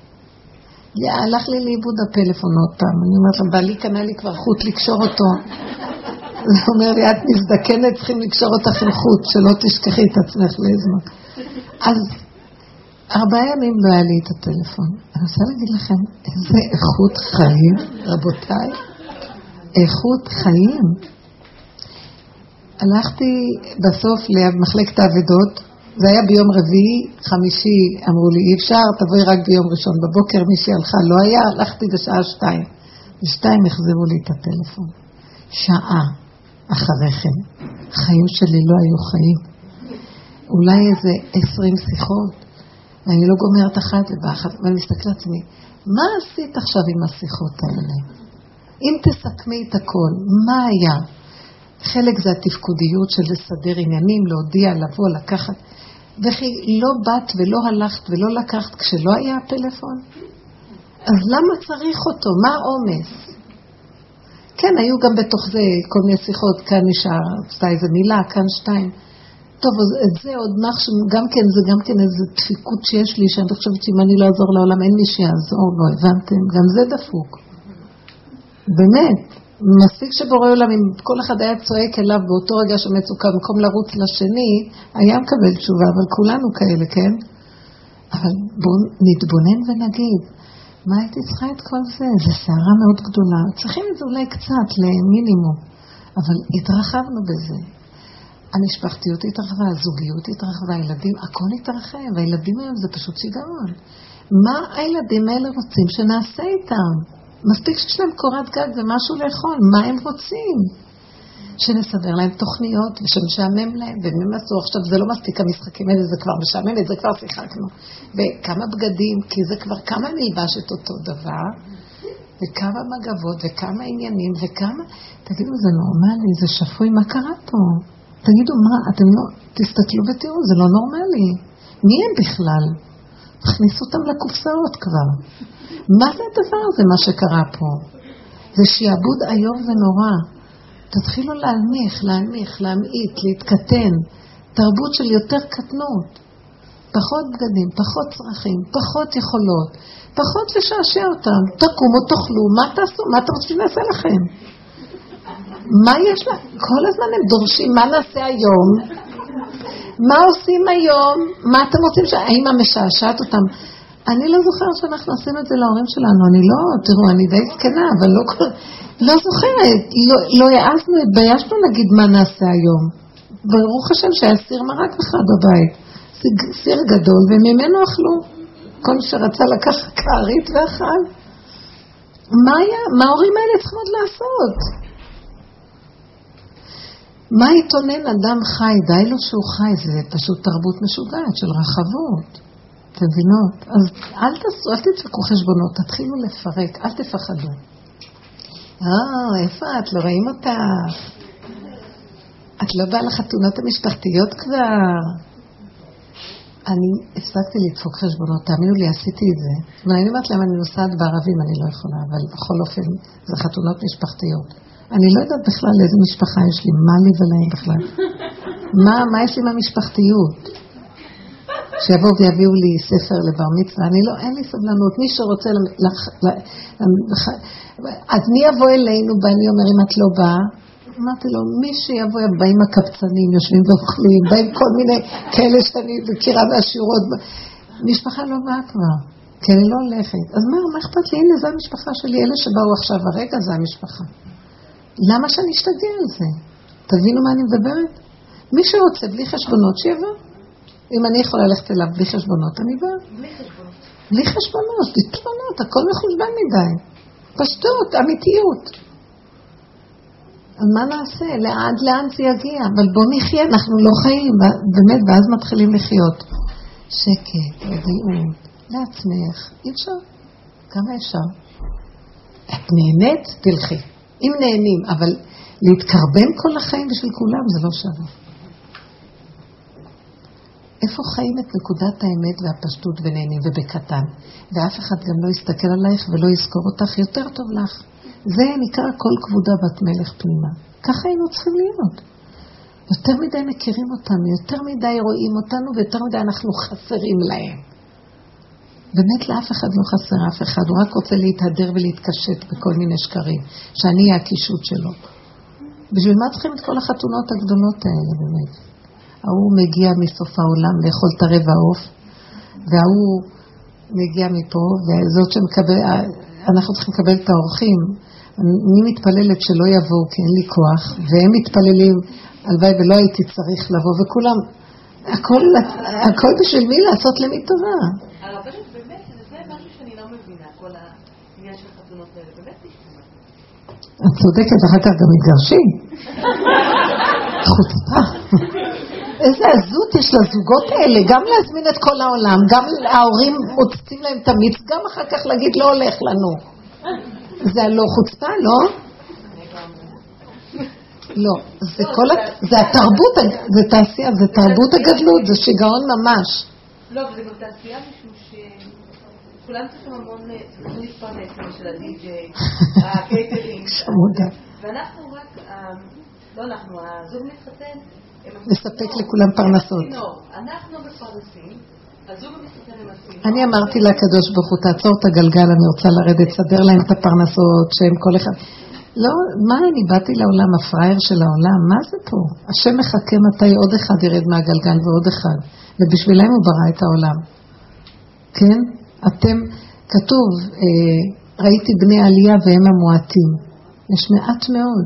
הלך לי לאיבוד הפלאפון עוד פעם, אני אומרת לו, בעלי קנה לי כבר חוט לקשור אותו. הוא אומר לי, את מזדקנת, צריכים לקשור אותך עם חוט, שלא תשכחי את עצמך לזמן. אז 4 ימים לא היה לי את הטלפון. אני רוצה להגיד לכם, איזה איכות חיים, רבותיי. איכות חיים. הלכתי בסוף למחלקת העבודות, זה היה ביום רביעי, חמישי אמרו לי אי אפשר, תבואי רק ביום ראשון בבוקר, מי שהלכה לא היה, הלכתי בשעה 2. ב2 החזירו לי את הטלפון. שעה אחריכם. חיים שלי לא היו חיים. אולי איזה 20 שיחות, ואני לא גומרת אחת ובאחת, ואני מסתכלת לעצמי, מה עשית עכשיו עם השיחות האלה? אם תסכמי את הכל, מה היה? חלק זה התפקודיות של לסדר עניינים, להודיע, לבוא, לקחת. וכי לא באת ולא הלכת ולא לקחת כשלא היה הפלאפון? אז למה צריך אותו? מה העומס? כן, היו גם בתוך זה כל מיני שיחות, כאן נשאר, עשתה איזה מילה, כאן 2. טוב, אז את זה עוד משהו, גם כן, זה גם כן איזו דפיקות שיש לי, שאני חושבת שאם אני לא אעזור לעולם, אין מי שיעזור, לא הבנתם? גם זה דפוק. באמת, מספיק שבורא עולם, אם כל אחד היה צועק אליו באותו רגע שמצוקה, במקום לרוץ לשני, היה מקבל תשובה, אבל כולנו כאלה, כן? אבל בואו נתבונן ונגיד, מה הייתי צריכה את כל זה? זה שערה מאוד גדולה. צריכים את זה אולי קצת, למינימום, אבל התרחבנו בזה. המשפחתיות התרחבה, הזוגיות התרחבה, הילדים, הכל התרחב, והילדים היום זה פשוט שיגעון. מה הילדים האלה רוצים שנעשה איתם? מספיק שיש להם קורת גג ומשהו לאכול, מה הם רוצים? שנסדר להם תוכניות ושמשעמם להם, והם עשו, עכשיו זה לא מספיק המשחקים האלה, זה כבר משעמם, את זה כבר שיחקנו. וכמה בגדים, כי זה כבר כמה נלבש את אותו דבר, וכמה מגבות, וכמה עניינים, וכמה, תגידו, זה נורמלי, זה שפוי, מה קרה פה? תגידו, מה, אתם לא, תסתכלו ותראו, זה לא נורמלי. מי הם בכלל? תכניסו אותם לקופסאות כבר. מה זה הדבר הזה, מה שקרה פה? זה שיעבוד היום ונורא. תתחילו להנמיך, להמעיט, להתקטן. תרבות של יותר קטנות. פחות בגדים, פחות צרכים, פחות יכולות, פחות לשעשע אותם. תקומו, תאכלו, מה תעשו? מה אתם רוצים לעשות לכם? מה יש לה? כל הזמן הם דורשים, מה נעשה היום? מה עושים היום? מה אתם רוצים? האמא משעשעת אותם. אני לא זוכרת שאנחנו עשינו את זה להורים שלנו. אני לא, תראו, אני די זקנה, אבל לא זוכרת. לא העזנו, התביישנו להגיד מה נעשה היום. ברוך השם שהיה סיר מרק אחד בבית. סיר גדול, וממנו אכלו. כל שרצה לקח קערית ואכל. מה היה? מה ההורים האלה צריכים עוד לעשות? מה יתונן אדם חי? די לו שהוא חי, זה פשוט תרבות משוגעת של רחבות. אתם מבינות? אז אל תדפקו חשבונות, תתחילו לפרק, אל תפחדו. איפה את? לא רואים אותה? את לא באה לחתונות המשפחתיות כבר? אני הפסקתי לדפוק חשבונות, תאמינו לי, עשיתי את זה. ואני אומרת להם, אני נוסעת בערבים, אני לא יכולה, אבל בכל אופן, זה חתונות משפחתיות. אני לא יודעת בכלל איזה משפחה יש לי, מה לי ולהם בכלל. מה יש לי מהמשפחתיות? שיבואו ויביאו לי ספר לבר מצווה, אין לי סבלנות, מי שרוצה, אז מי יבוא אלינו, ואני אומר, אם את לא באה, אמרתי לו, מי שיבוא, באים הקבצנים, יושבים ואוכלים, באים כל מיני כאלה שאני מכירה מהשיעורות, משפחה לא באה כבר, כי אני לא הולכת. אז מה אכפת לי? הנה, זה המשפחה שלי, אלה שבאו עכשיו, הרגע זה המשפחה. למה שאני אשתגע על זה? תבינו מה אני מדברת? מי שרוצה בלי חשבונות, שיבוא. אם אני יכולה ללכת אליו בלי חשבונות, אני באה. בלי חשבונות, תתלונות, הכל מחושבן מדי. פשטות, אמיתיות. אז מה נעשה? לאן זה יגיע? אבל בוא נחיה, אנחנו לא חיים, באמת, ואז מתחילים לחיות. שקט, רגיעות, לעצמך, אי אפשר. כמה אפשר? את נהנית, תלכי. אם נהנים, אבל להתקרבן כל החיים בשביל כולם, זה לא שווה. איפה חיים את נקודת האמת והפשטות ונהנים ובקטן? ואף אחד גם לא יסתכל עלייך ולא יזכור אותך, יותר טוב לך. זה נקרא כל כבודה בת מלך פנימה. ככה היינו צריכים להיות. יותר מדי מכירים אותנו, יותר מדי רואים אותנו, ויותר מדי אנחנו חסרים להם. באמת לאף אחד לא חסר אף אחד, הוא רק רוצה להתהדר ולהתקשט בכל מיני שקרים, שאני אהיה הקישוט שלו. בשביל מה צריכים את כל החתונות הגדולות האלה באמת? ההוא מגיע מסוף העולם לאכול את הרבע עוף, וההוא מגיע מפה, וזאת שמקבל, אנחנו צריכים לקבל את האורחים. אני מתפללת שלא יבואו כי אין לי כוח, והם מתפללים, הלוואי ולא הייתי צריך לבוא, וכולם, הכל בשביל מי לעשות למי טובה. אבל באמת, זה משהו שאני לא מבינה, כל העניין של החתונות האלה, באמת תשתמה. את צודקת, אחר כך גם מתגרשים. חוצפה. איזה עזות יש לזוגות האלה, גם להזמין את כל העולם, גם ההורים מוצאים להם תמיץ, גם אחר כך להגיד לא הולך לנו. זה לא חוצפה, לא? לא, זה התרבות, זה תעשייה, זה תרבות הגדלות, זה שיגעון ממש. לא, אבל זה גם תעשייה משום שכולם צריכים המון, צריכים להתפרנס של הדי-ג'יי, הקייטרינג. ואנחנו רק, לא אנחנו, הזוג מתחתן, לספק לכולם פרנסות. אנחנו מפרנסים, הזוג מתחתן הם עושים. אני אמרתי לקדוש ברוך הוא, תעצור את הגלגל, אני רוצה לרדת, סדר להם את הפרנסות, שהם כל אחד. לא, מה אני באתי לעולם, הפראייר של העולם, מה זה פה? השם מחכה מתי עוד אחד ירד מהגלגל ועוד אחד, ובשבילם הוא ברא את העולם. כן? אתם, כתוב, ראיתי בני עלייה והם המועטים. יש מעט מאוד.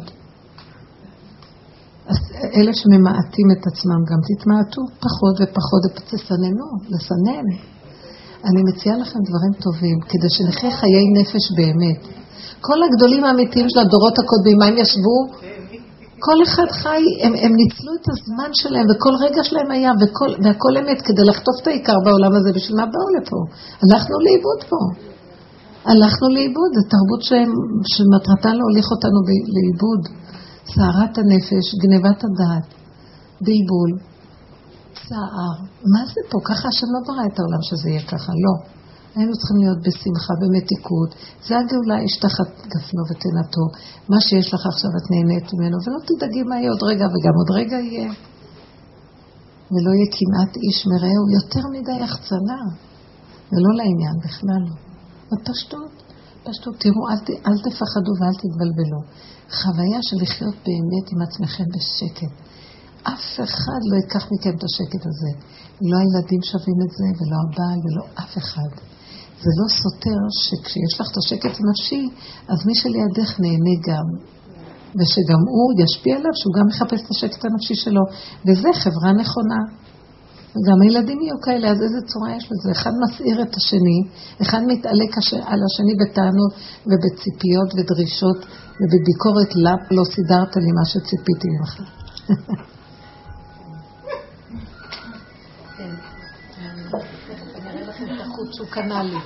אז אלה שממעטים את עצמם גם תתמעטו פחות ופחות ותסננו, לסנן. אני מציעה לכם דברים טובים, כדי שנחיה חיי נפש באמת. כל הגדולים האמיתיים של הדורות הקודמים, מה הם ישבו? כל אחד חי, הם ניצלו את הזמן שלהם, וכל רגע שלהם היה, והכל אמת, כדי לחטוף את העיקר בעולם הזה, בשביל מה באו לפה? הלכנו לאיבוד פה. הלכנו לאיבוד, זו תרבות שמטרתה להוליך אותנו לאיבוד. סערת הנפש, גנבת הדעת, בלבול, צער. מה זה פה? ככה השם לא ברא את העולם שזה יהיה ככה, לא. היינו צריכים להיות בשמחה, במתיקות. זה הגאולה, אשתחת גפנו ותנתו. מה שיש לך עכשיו את נהנית ממנו, ולא תדאגי מה יהיה עוד רגע, וגם עוד רגע יהיה. ולא יהיה כמעט איש מרעהו, יותר מדי החצנה. ולא לעניין בכלל. בפשטות, פשטות, תראו, אל תפחדו ואל תתבלבלו. חוויה של לחיות באמת עם עצמכם בשקט. אף אחד לא ייקח מכם את השקט הזה. לא הילדים שווים את זה, ולא הבעל, ולא אף אחד. זה לא סותר שכשיש לך את השקט הנפשי, אז מי שלידך נהנה גם. ושגם הוא ישפיע עליו, שהוא גם מחפש את השקט הנפשי שלו. וזה חברה נכונה. וגם הילדים יהיו כאלה, אז איזה צורה יש לזה? אחד מסעיר את השני, אחד מתעלק על השני בטענות ובציפיות ודרישות ובביקורת, לא סידרת לי מה שציפיתי ממך. שהוא קנה לי.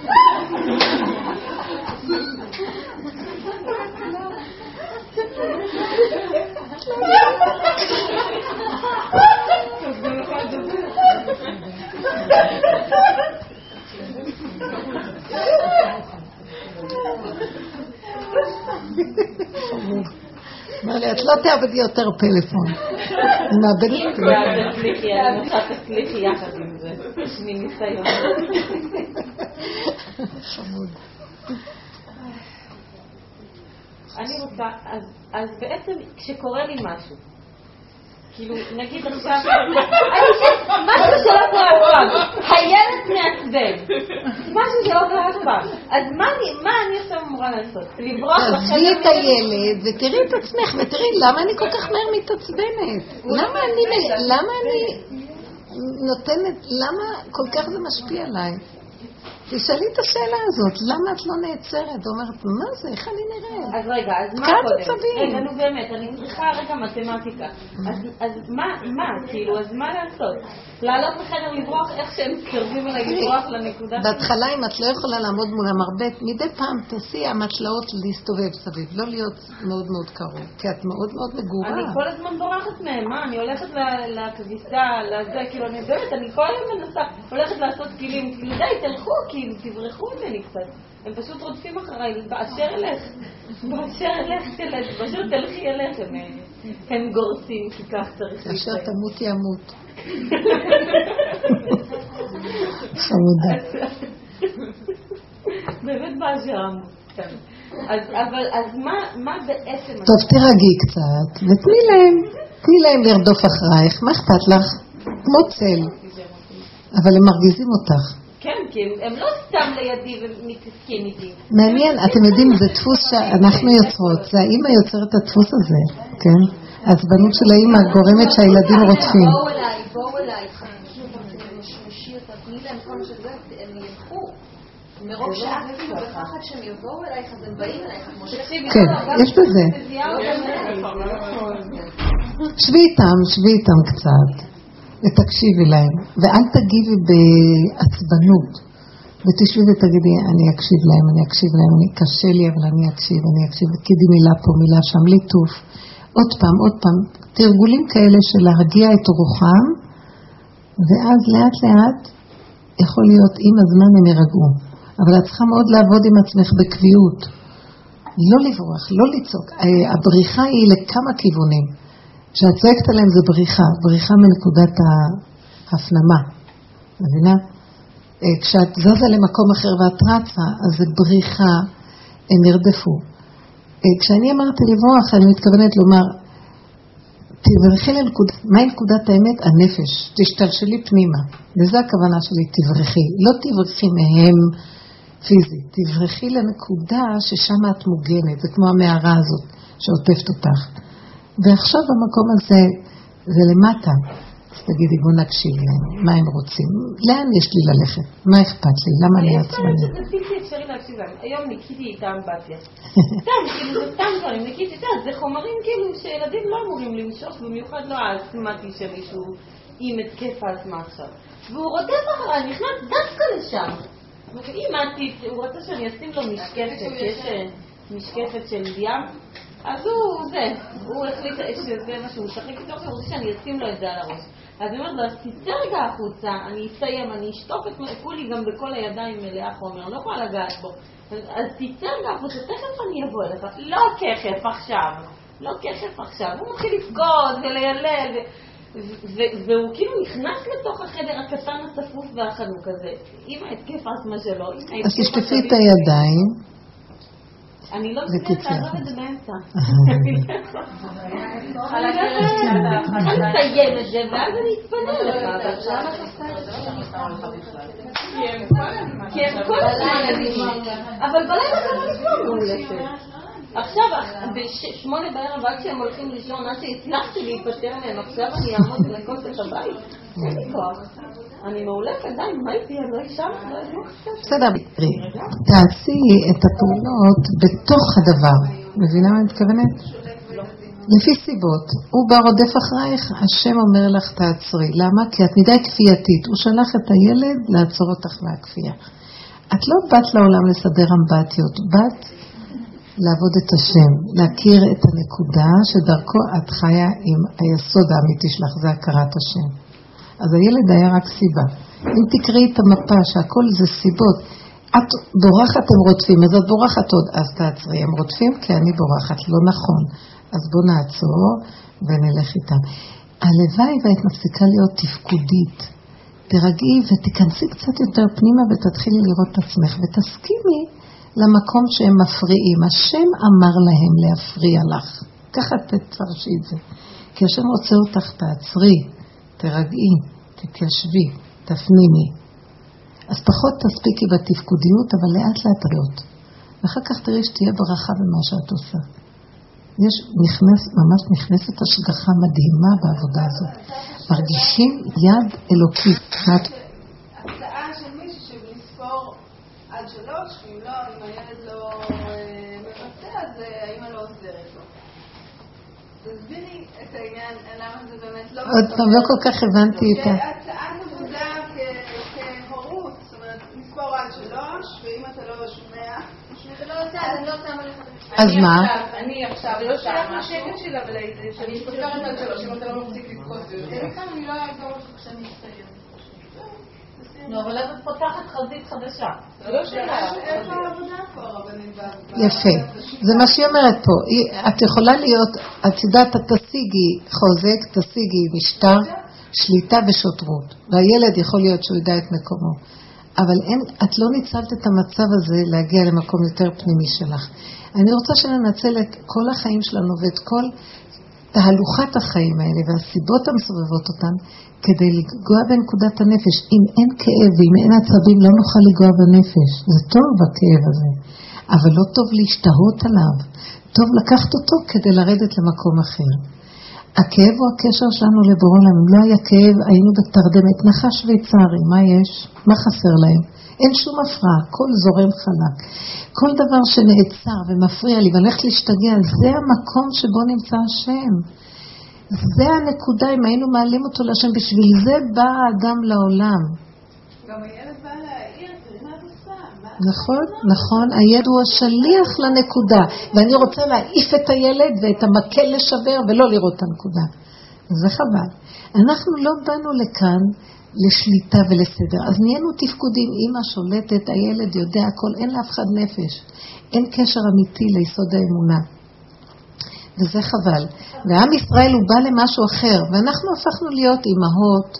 אמר לי, את לא תעבדי יותר פלאפון. אני מאבדת פלאפון. אני רוצה תצליחי יחד עם זה. יש לי ניסיון. חמוד. אני רוצה, אז בעצם כשקורה לי משהו, כאילו נגיד עכשיו, משהו שלא קורה אף פעם, הילד מעצבן, משהו שלא קורה אף פעם, אז מה אני עכשיו אמורה לעשות? לברוח בחדר? תעזבי את הילד ותראי את עצמך ותראי למה אני כל כך מהר מתעצבנת, למה אני נותנת, למה כל כך זה משפיע עליי? תשאלי את השאלה הזאת, למה את לא נעצרת? אומרת, מה זה? איך אני נראה? אז רגע, אז מה קודם? רגע, נו באמת, אני צריכה רגע מתמטיקה. אז מה? כאילו, אז מה לעשות? לעלות בחדר לברוח, איך שהם קרבים אליי לברוח לנקודה? בהתחלה, אם את לא יכולה לעמוד מול המרבט, מדי פעם תעשי המטלאות להסתובב סביב, לא להיות מאוד מאוד קרוב, כי את מאוד מאוד מגורה. אני כל הזמן בורחת מהם, מה? אני הולכת לכביסה, לזה, כאילו, אני באמת, אני כל היום מנסה, הולכת לעשות כלים, כאילו, די, תלכו, כאילו, תברחו ממני קצת. הם פשוט רודפים אחריי, באשר אלך, תלך, פשוט תלכי אלך, הם גורסים, כי כך צריך להתחיל. אשר תמות ימות. חמודה. באמת באשר אמות. אז מה בעצם... טוב, תרגי קצת, ותני להם לרדוף אחרייך, מה אכפת לך? כמו צל. אבל הם מרגיזים אותך. כן, כי הם לא סתם לידי ומתעסקים איתי. מעניין, אתם יודעים, זה דפוס שאנחנו יוצרות, זה האמא יוצרת את הדפוס הזה, כן? העצבנות של האמא גורמת שהילדים רודפים. בואו אליי, חנקי אותם, משמשי אותם, תני להם כל שזה, הם ילכו. מרוב שאת כאילו בפחד שהם יבואו אלייך, אז הם באים אלייך. כן, יש בזה. שבי איתם קצת. ותקשיבי להם, ואל תגיבי בעצבנות, ותשבי ותגידי, אני אקשיב להם, אני קשה לי, אבל אני אקשיב, ותגידי מילה פה, מילה שם, ליטוף, עוד פעם, תרגולים כאלה של להרגיע את רוחם, ואז לאט לאט יכול להיות, עם הזמן הם ירגעו, אבל את צריכה מאוד לעבוד עם עצמך בקביעות, לא לברוח, לא לצעוק, הבריחה היא לכמה כיוונים, כשאת צועקת עליהם זה בריחה מנקודת ההפנמה, מבינה? כשאת זזה למקום אחר ואת רצה, אז זה בריחה, הם ירדפו. כשאני אמרתי לברוח, אני מתכוונת לומר, תברכי לנקודת, מהי נקודת האמת? הנפש, תשתלשלי פנימה, וזו הכוונה שלי, תברכי, לא תברכי מהם פיזית, תברכי לנקודה ששם את מוגנת, זה כמו המערה הזאת שעוטפת אותך. ועכשיו במקום הזה, זה למטה, אז תגידי, בוא נקשיב להם, מה הם רוצים, לאן יש לי ללכת, מה אכפת לי, למה אני עצמני? זה בלתי אפשרי להקשיב להם, היום ניקיתי איתם בתיה, סתם, כאילו זה סתם דברים, ניקיתי איתם, זה חומרים כאילו שילדים לא אמורים למשוך, במיוחד לא האסמתי שלי שהוא עם התקף האסמה עכשיו, והוא רודף אחריי, נכנס דווקא לשם, הוא רצה שאני אשים לו משקפת, יש משקפת של ים, אז הוא החליט שזה מה שהוא משחק איתו, הוא רוצה שאני אשים לו את זה על הראש. אז אני אומרת לו, אז תצא רגע החוצה, אני אסיים, אני אשטוף את כולי גם בכל הידיים מלאה חומר, אני לא יכולה לגעת בו. אז תצא רגע החוצה, תכף אני אבוא אליך. לא ככף עכשיו. הוא מתחיל לפגוד וליילל, והוא כאילו נכנס לתוך החדר הקטן הצפוף והחנוק הזה, עם ההתקף האסמה שלו. אז תשטפי את הידיים. אני לא מצליח לעזוב את זה באמצע. אני אסיים את זה, ואז אני אתפנה לך. כי הם כל הזמן אלימים. אבל בלילה זה לא נשמע מעולפת. עכשיו, ב8 בערב, עד שהם הולכים לישון, עד שהצלחתי להיפטר מהם, עכשיו אני אעמוד ולנקוט את הבית. אין לי כוח. אני מעולפת, די, מה הייתי? אני לא אישה, לא אישה. בסדר, תעשי את הפעולות בתוך הדבר. מבינה מה אני מתכוונת? לפי סיבות. הוא בא רודף אחרייך, השם אומר לך תעצרי. למה? כי את מדי כפייתית. הוא שלח את הילד לעצור אותך מהכפייה. את לא באת לעולם לסדר אמבטיות, באת לעבוד את השם, להכיר את הנקודה שדרכו את חיה עם היסוד האמיתי שלך, זה הכרת השם. אז הילד היה רק סיבה. אם תקראי את המפה שהכל זה סיבות, את בורחת, הם רודפים, אז את בורחת עוד, אז תעצרי, הם רודפים כי אני בורחת, לא נכון. אז בוא נעצור ונלך איתם. הלוואי והיית מפסיקה להיות תפקודית. תרגעי ותיכנסי קצת יותר פנימה ותתחילי לראות את עצמך ותסכימי למקום שהם מפריעים. השם אמר להם להפריע לך. ככה תפרשי את זה. כי השם רוצה אותך, תעצרי, תרגעי, תתיישבי, תפנימי. אז פחות תספיקי בתפקודיות, אבל לאט לאט להיות. ואחר כך תראי שתהיה ברכה במה שאת עושה. ממש נכנסת השגחה מדהימה בעבודה הזאת. מרגישים יד אלוקית. הצעה של מישהו שלספור עד 3, ואם לא, אם הילד לא מבצע, אז האמא לא עוזרת לו. תסבירי את העניין, למה זה באמת לא... עוד פעם, לא כל כך הבנתי את ה... הצעת עבודה כהורות, זאת אומרת, לספור עד 3, ואם אתה לא שומע, אתה לא עושה, אז אני לא שמה לך... אז מה? אני עכשיו לא שייך לשקט שלה, אבל אני סופרת על 3, אם אתה לא מפסיק לבכות זה יותר. אני לא אעזור לך כשאני אסתיים. לא, אבל אז את פותחת חזית חדשה. זה לא שייך. איפה העבודה פה, רבנים? יפה. זה מה שהיא אומרת פה. את יכולה להיות, את יודעת, את תשיגי חוזק, תשיגי משטר, שליטה ושוטרות. והילד יכול להיות שהוא ידע את מקומו. אבל את לא ניצלת את המצב הזה להגיע למקום יותר פנימי שלך. אני רוצה שננצל את כל החיים שלנו ואת כל תהלוכת החיים האלה והסיבות המסובבות אותן כדי לגוע בנקודת הנפש. אם אין כאב ואם אין עצבים לא נוכל לגוע בנפש. זה טוב הכאב הזה, אבל לא טוב להשתהות עליו. טוב לקחת אותו כדי לרדת למקום אחר. הכאב הוא הקשר שלנו לבורא עולם. אם לא היה כאב, היינו בתרדמת. נחש שוויצרי, מה יש? מה חסר להם? אין שום הפרעה, כל זורם חלק. כל דבר שנעצר ומפריע לי והלך להשתגע, זה המקום שבו נמצא השם. זה הנקודה, אם היינו מעלים אותו להשם, בשביל זה בא האדם לעולם. גם הילד בא להעיר, תראי מה את עושה. נכון, נכון, הילד הוא השליח לנקודה, ואני רוצה להעיף את הילד ואת המקל לשבר ולא לראות את הנקודה. זה חבל. אנחנו לא באנו לכאן לשליטה ולסדר, אז נהיינו תפקודים, אמא שולטת, הילד יודע הכל, אין לאף אחד נפש, אין קשר אמיתי ליסוד האמונה. וזה חבל. ועם ישראל הוא בא למשהו אחר, ואנחנו הפכנו להיות אימהות,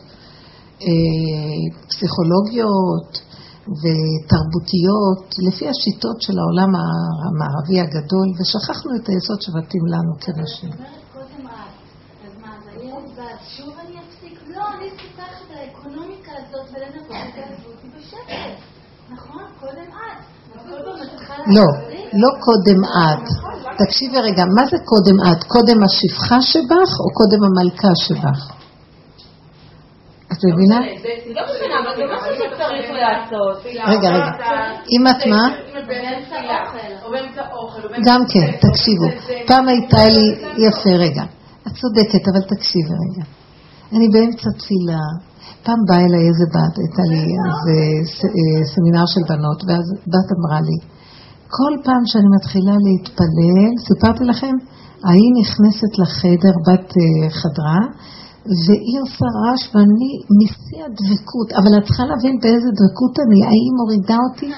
פסיכולוגיות ותרבותיות, לפי השיטות של העולם המערבי הגדול, ושכחנו את היסוד שבתים לנו כנשים. אז מה, אז הילד בא, שוב אני אפסיק? לא, אני פותח את האקונומיקה הזאת ולנבות את אותי בשקט. נכון? קודם את. לא קודם את. תקשיבי רגע, מה זה קודם את? קודם השפחה שבך או קודם המלכה שבך? את מבינה? לא משנה, אבל זה משהו שצריך לעשות. רגע. אם את מה? או באמצע אוכל. גם כן, תקשיבו. פעם הייתה לי, יפה רגע. את צודקת, אבל תקשיבי רגע. אני באמצע תפילה. פעם באה אליי איזה בת, הייתה לי איזה סמינר של בנות, ואז בת אמרה לי, כל פעם שאני מתחילה להתפלל, סיפרתי לכם, ההיא נכנסת לחדר, בת חדרה, והיא עושה רעש ואני משיא הדבקות, אבל את צריכה להבין באיזה דבקות אני, ההיא מורידה אותי,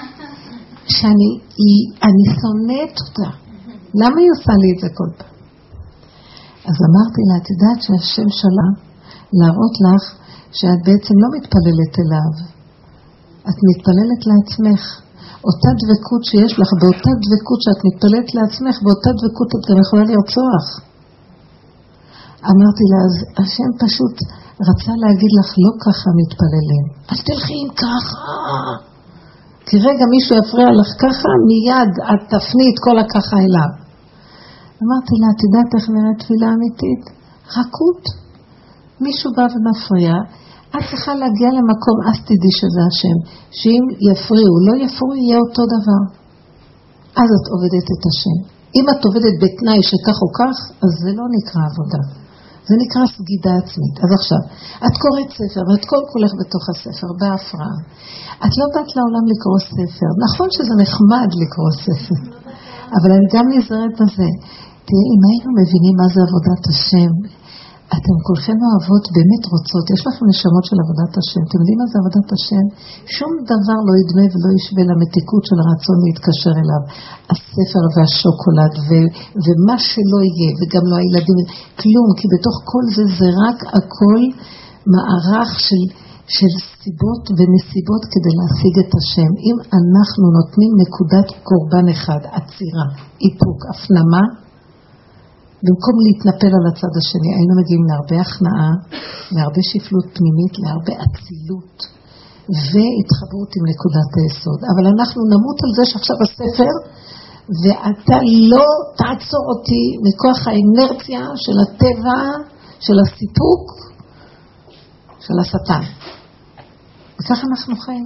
שאני שונאת אותה. למה היא עושה לי את זה כל פעם? אז אמרתי לה, את יודעת שהשם שלה להראות לך שאת בעצם לא מתפללת אליו, את מתפללת לעצמך. אותה דבקות שיש לך, באותה דבקות שאת מתפללת לעצמך, באותה דבקות את גם יכולה לרצוח. אמרתי לה, אז השם פשוט רצה להגיד לך, לא ככה מתפללים. אז תלכי עם ככה. כי רגע מישהו יפריע לך ככה, מיד את תפני את כל הככה אליו. אמרתי לה, את יודעת איך נראית תפילה אמיתית? רכות. מישהו בא ומפריע, את צריכה להגיע למקום, אז תדעי שזה השם, שאם יפריעו, לא יפריעו, יהיה אותו דבר. אז את עובדת את השם. אם את עובדת בתנאי שכך או כך, אז זה לא נקרא עבודה. זה נקרא סגידה עצמית. אז עכשיו, את קוראת ספר, ואת כל כולך בתוך הספר, בהפרעה. את לא באת לעולם לקרוא ספר. נכון שזה נחמד לקרוא ספר, אבל אני גם נזהרת בזה. תראי, אם היינו מבינים מה זה עבודת השם, אתם כולכם אוהבות, באמת רוצות, יש לכם נשמות של עבודת השם. אתם יודעים מה זה עבודת השם? שום דבר לא ידמה ולא ישווה למתיקות של הרצון להתקשר אליו. הספר והשוקולד ומה שלא יהיה, וגם לא הילדים, כלום, כי בתוך כל זה זה רק הכל מערך של סיבות ונסיבות כדי להשיג את השם. אם אנחנו נותנים נקודת קורבן אחד, עצירה, איפוק, הפנמה, במקום להתנפל על הצד השני, היינו מגיעים להרבה הכנעה, להרבה שפלות פנימית, להרבה אצילות, והתחברות עם נקודת היסוד. אבל אנחנו נמות על זה שעכשיו הספר, ואתה לא תעצור אותי מכוח האנרציה של הטבע, של הסיפוק, של השטן. וכך אנחנו חיים.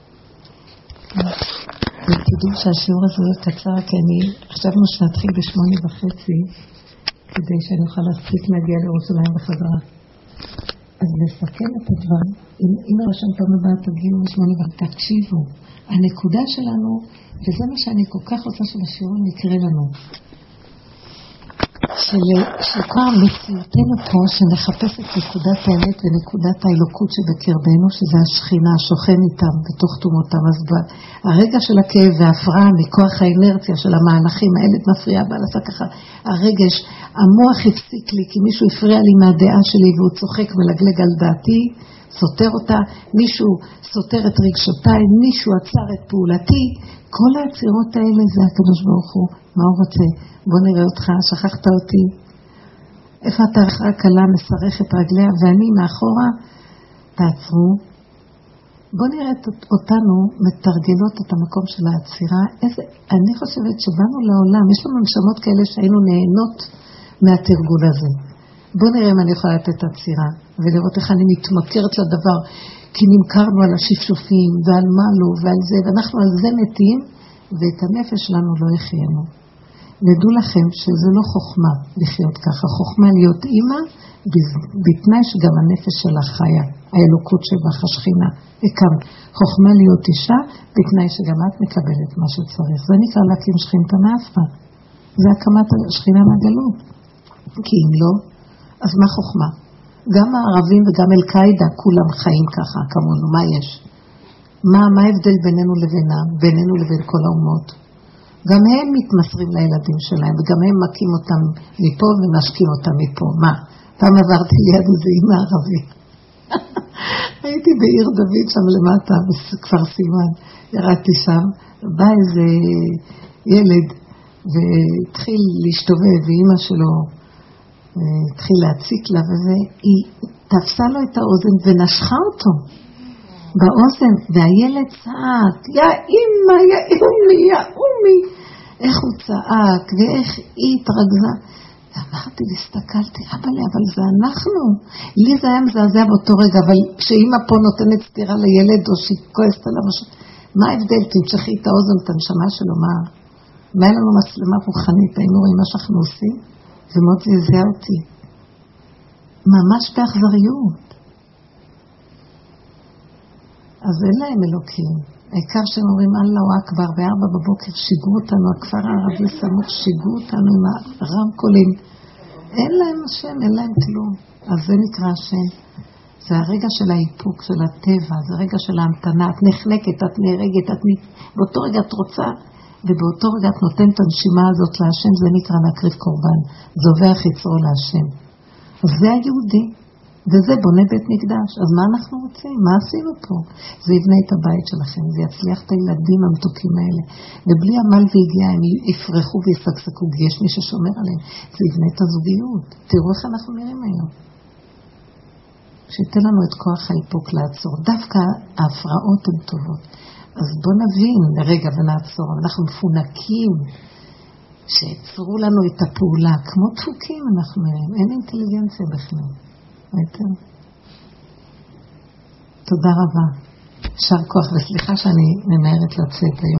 ותדעו שהשיעור הזה הוא קצר, כי חשבנו שנתחיל 8:30, כדי שאני אוכל להספיק להגיע לירושלים בחזרה. אז לסכם את הדבר, אם הראשון פעם הבאה תגיעו 8:30, תקשיבו, הנקודה שלנו, וזה מה שאני כל כך רוצה שבשיעורים יקרה לנו, שכל מציאותנו פה, שנחפש את נקודת האמת ונקודת האלוקות שבקרבנו, שזה השכינה, השוכן איתם בתוך תומותם. אז הרגע של הכאב וההפרעה מכוח האנרציה של המהלכים, הילד מפריע, בעל עשה ככה, הרגש, המוח הפסיק לי, כי מישהו הפריע לי מהדעה שלי והוא צוחק מלגלג על דעתי, סותר אותה, מישהו סותר את רגשותיי, מישהו עצר את פעולתי, כל העצירות האלה זה הקדוש ברוך הוא. מה הוא רוצה? בוא נראה אותך, שכחת אותי. איפה אתה רק קלה מסרך את רגליה ואני מאחורה? תעצרו. בוא נראה אותנו מתרגלות את המקום של העצירה. אני חושבת שבאנו לעולם, יש לנו נשמות כאלה שהיינו נהנות מהתרגול הזה. בוא נראה אם אני יכולה לתת עצירה ולראות איך אני מתמכרת לדבר, כי נמכרנו על השפשופים ועל מה לא ועל זה, ואנחנו על זה מתים, ואת הנפש שלנו לא יחיינו. נדעו לכם שזה לא חוכמה לחיות ככה, חוכמה להיות אימא, בתנאי שגם הנפש שלה חיה, האלוקות שבך, השכינה, וכאן חוכמה להיות אישה, בתנאי שגם את מקבלת מה שצריך. זה נקרא להקים שכינתה מאפרה. זה הקמת השכינה מהגלות. כי אם לא, אז מה חוכמה? גם הערבים וגם אל-קאידה, כולם חיים ככה, כמונו, מה יש? מה ההבדל בינינו לבינם, בינינו לבין כל האומות? גם הם מתמסרים לילדים שלהם, וגם הם מקים אותם מפה ומשקים אותם מפה. מה? פעם עברתי ליד איזה אימא ערבית. הייתי בעיר דוד שם למטה, בכפר סימן. ירדתי שם, בא איזה ילד, והתחיל להשתובב, ואימא שלו התחיל להציק לה, והיא תפסה לו את האוזן ונשכה אותו באוזן, והילד צעק, יא אמא, יא אמי, יא אמי. איך הוא צעק, ואיך היא התרגזה. ואמרתי, הסתכלתי, אבל זה אנחנו. לי זה היה מזעזע באותו רגע, אבל כשאמא פה נותנת סתירה לילד, או שהיא כועסת עליו, מה ההבדל? תמשכי את האוזן, את הנשמה שלו, מה היה לנו מצלמה רוחנית, היינו רואים מה שאנחנו עושים, זה מאוד זעזע אותי. ממש באכזריות. אז אין להם אלוקים. העיקר שהם אומרים אללה אכבר, ב4 בבוקר שיגעו אותנו, הכפר הערבי סמוך שיגעו אותנו עם הרמקולים. אין להם השם, אין להם כלום. אז זה נקרא השם. זה הרגע של האיפוק, של הטבע, זה הרגע של ההמתנה. את נחנקת, את נהרגת, באותו רגע את רוצה, ובאותו רגע את נותנת הנשימה הזאת להשם, זה נקרא להקריב קורבן. זובח יצרו להשם. אז זה היהודי. וזה בונה בית מקדש. אז מה אנחנו רוצים? מה עשינו פה? זה יבנה את הבית שלכם, זה יצליח את הילדים המתוקים האלה. ובלי עמל והגיע, הם יפרחו ויסקסקו, יש מי ששומר עליהם. זה יבנה את הזוגיות. תראו איך אנחנו נראים היום. שייתן לנו את כוח האיפוק לעצור. דווקא ההפרעות הן טובות. אז בוא נבין לרגע ונעצור. אנחנו מפונקים שיצרו לנו את הפעולה. כמו דפוקים אנחנו נראים. אין אינטליגנציה בכלל. ראיתם? תודה רבה. שר כוח וסליחה שאני ממהרת לצאת היום.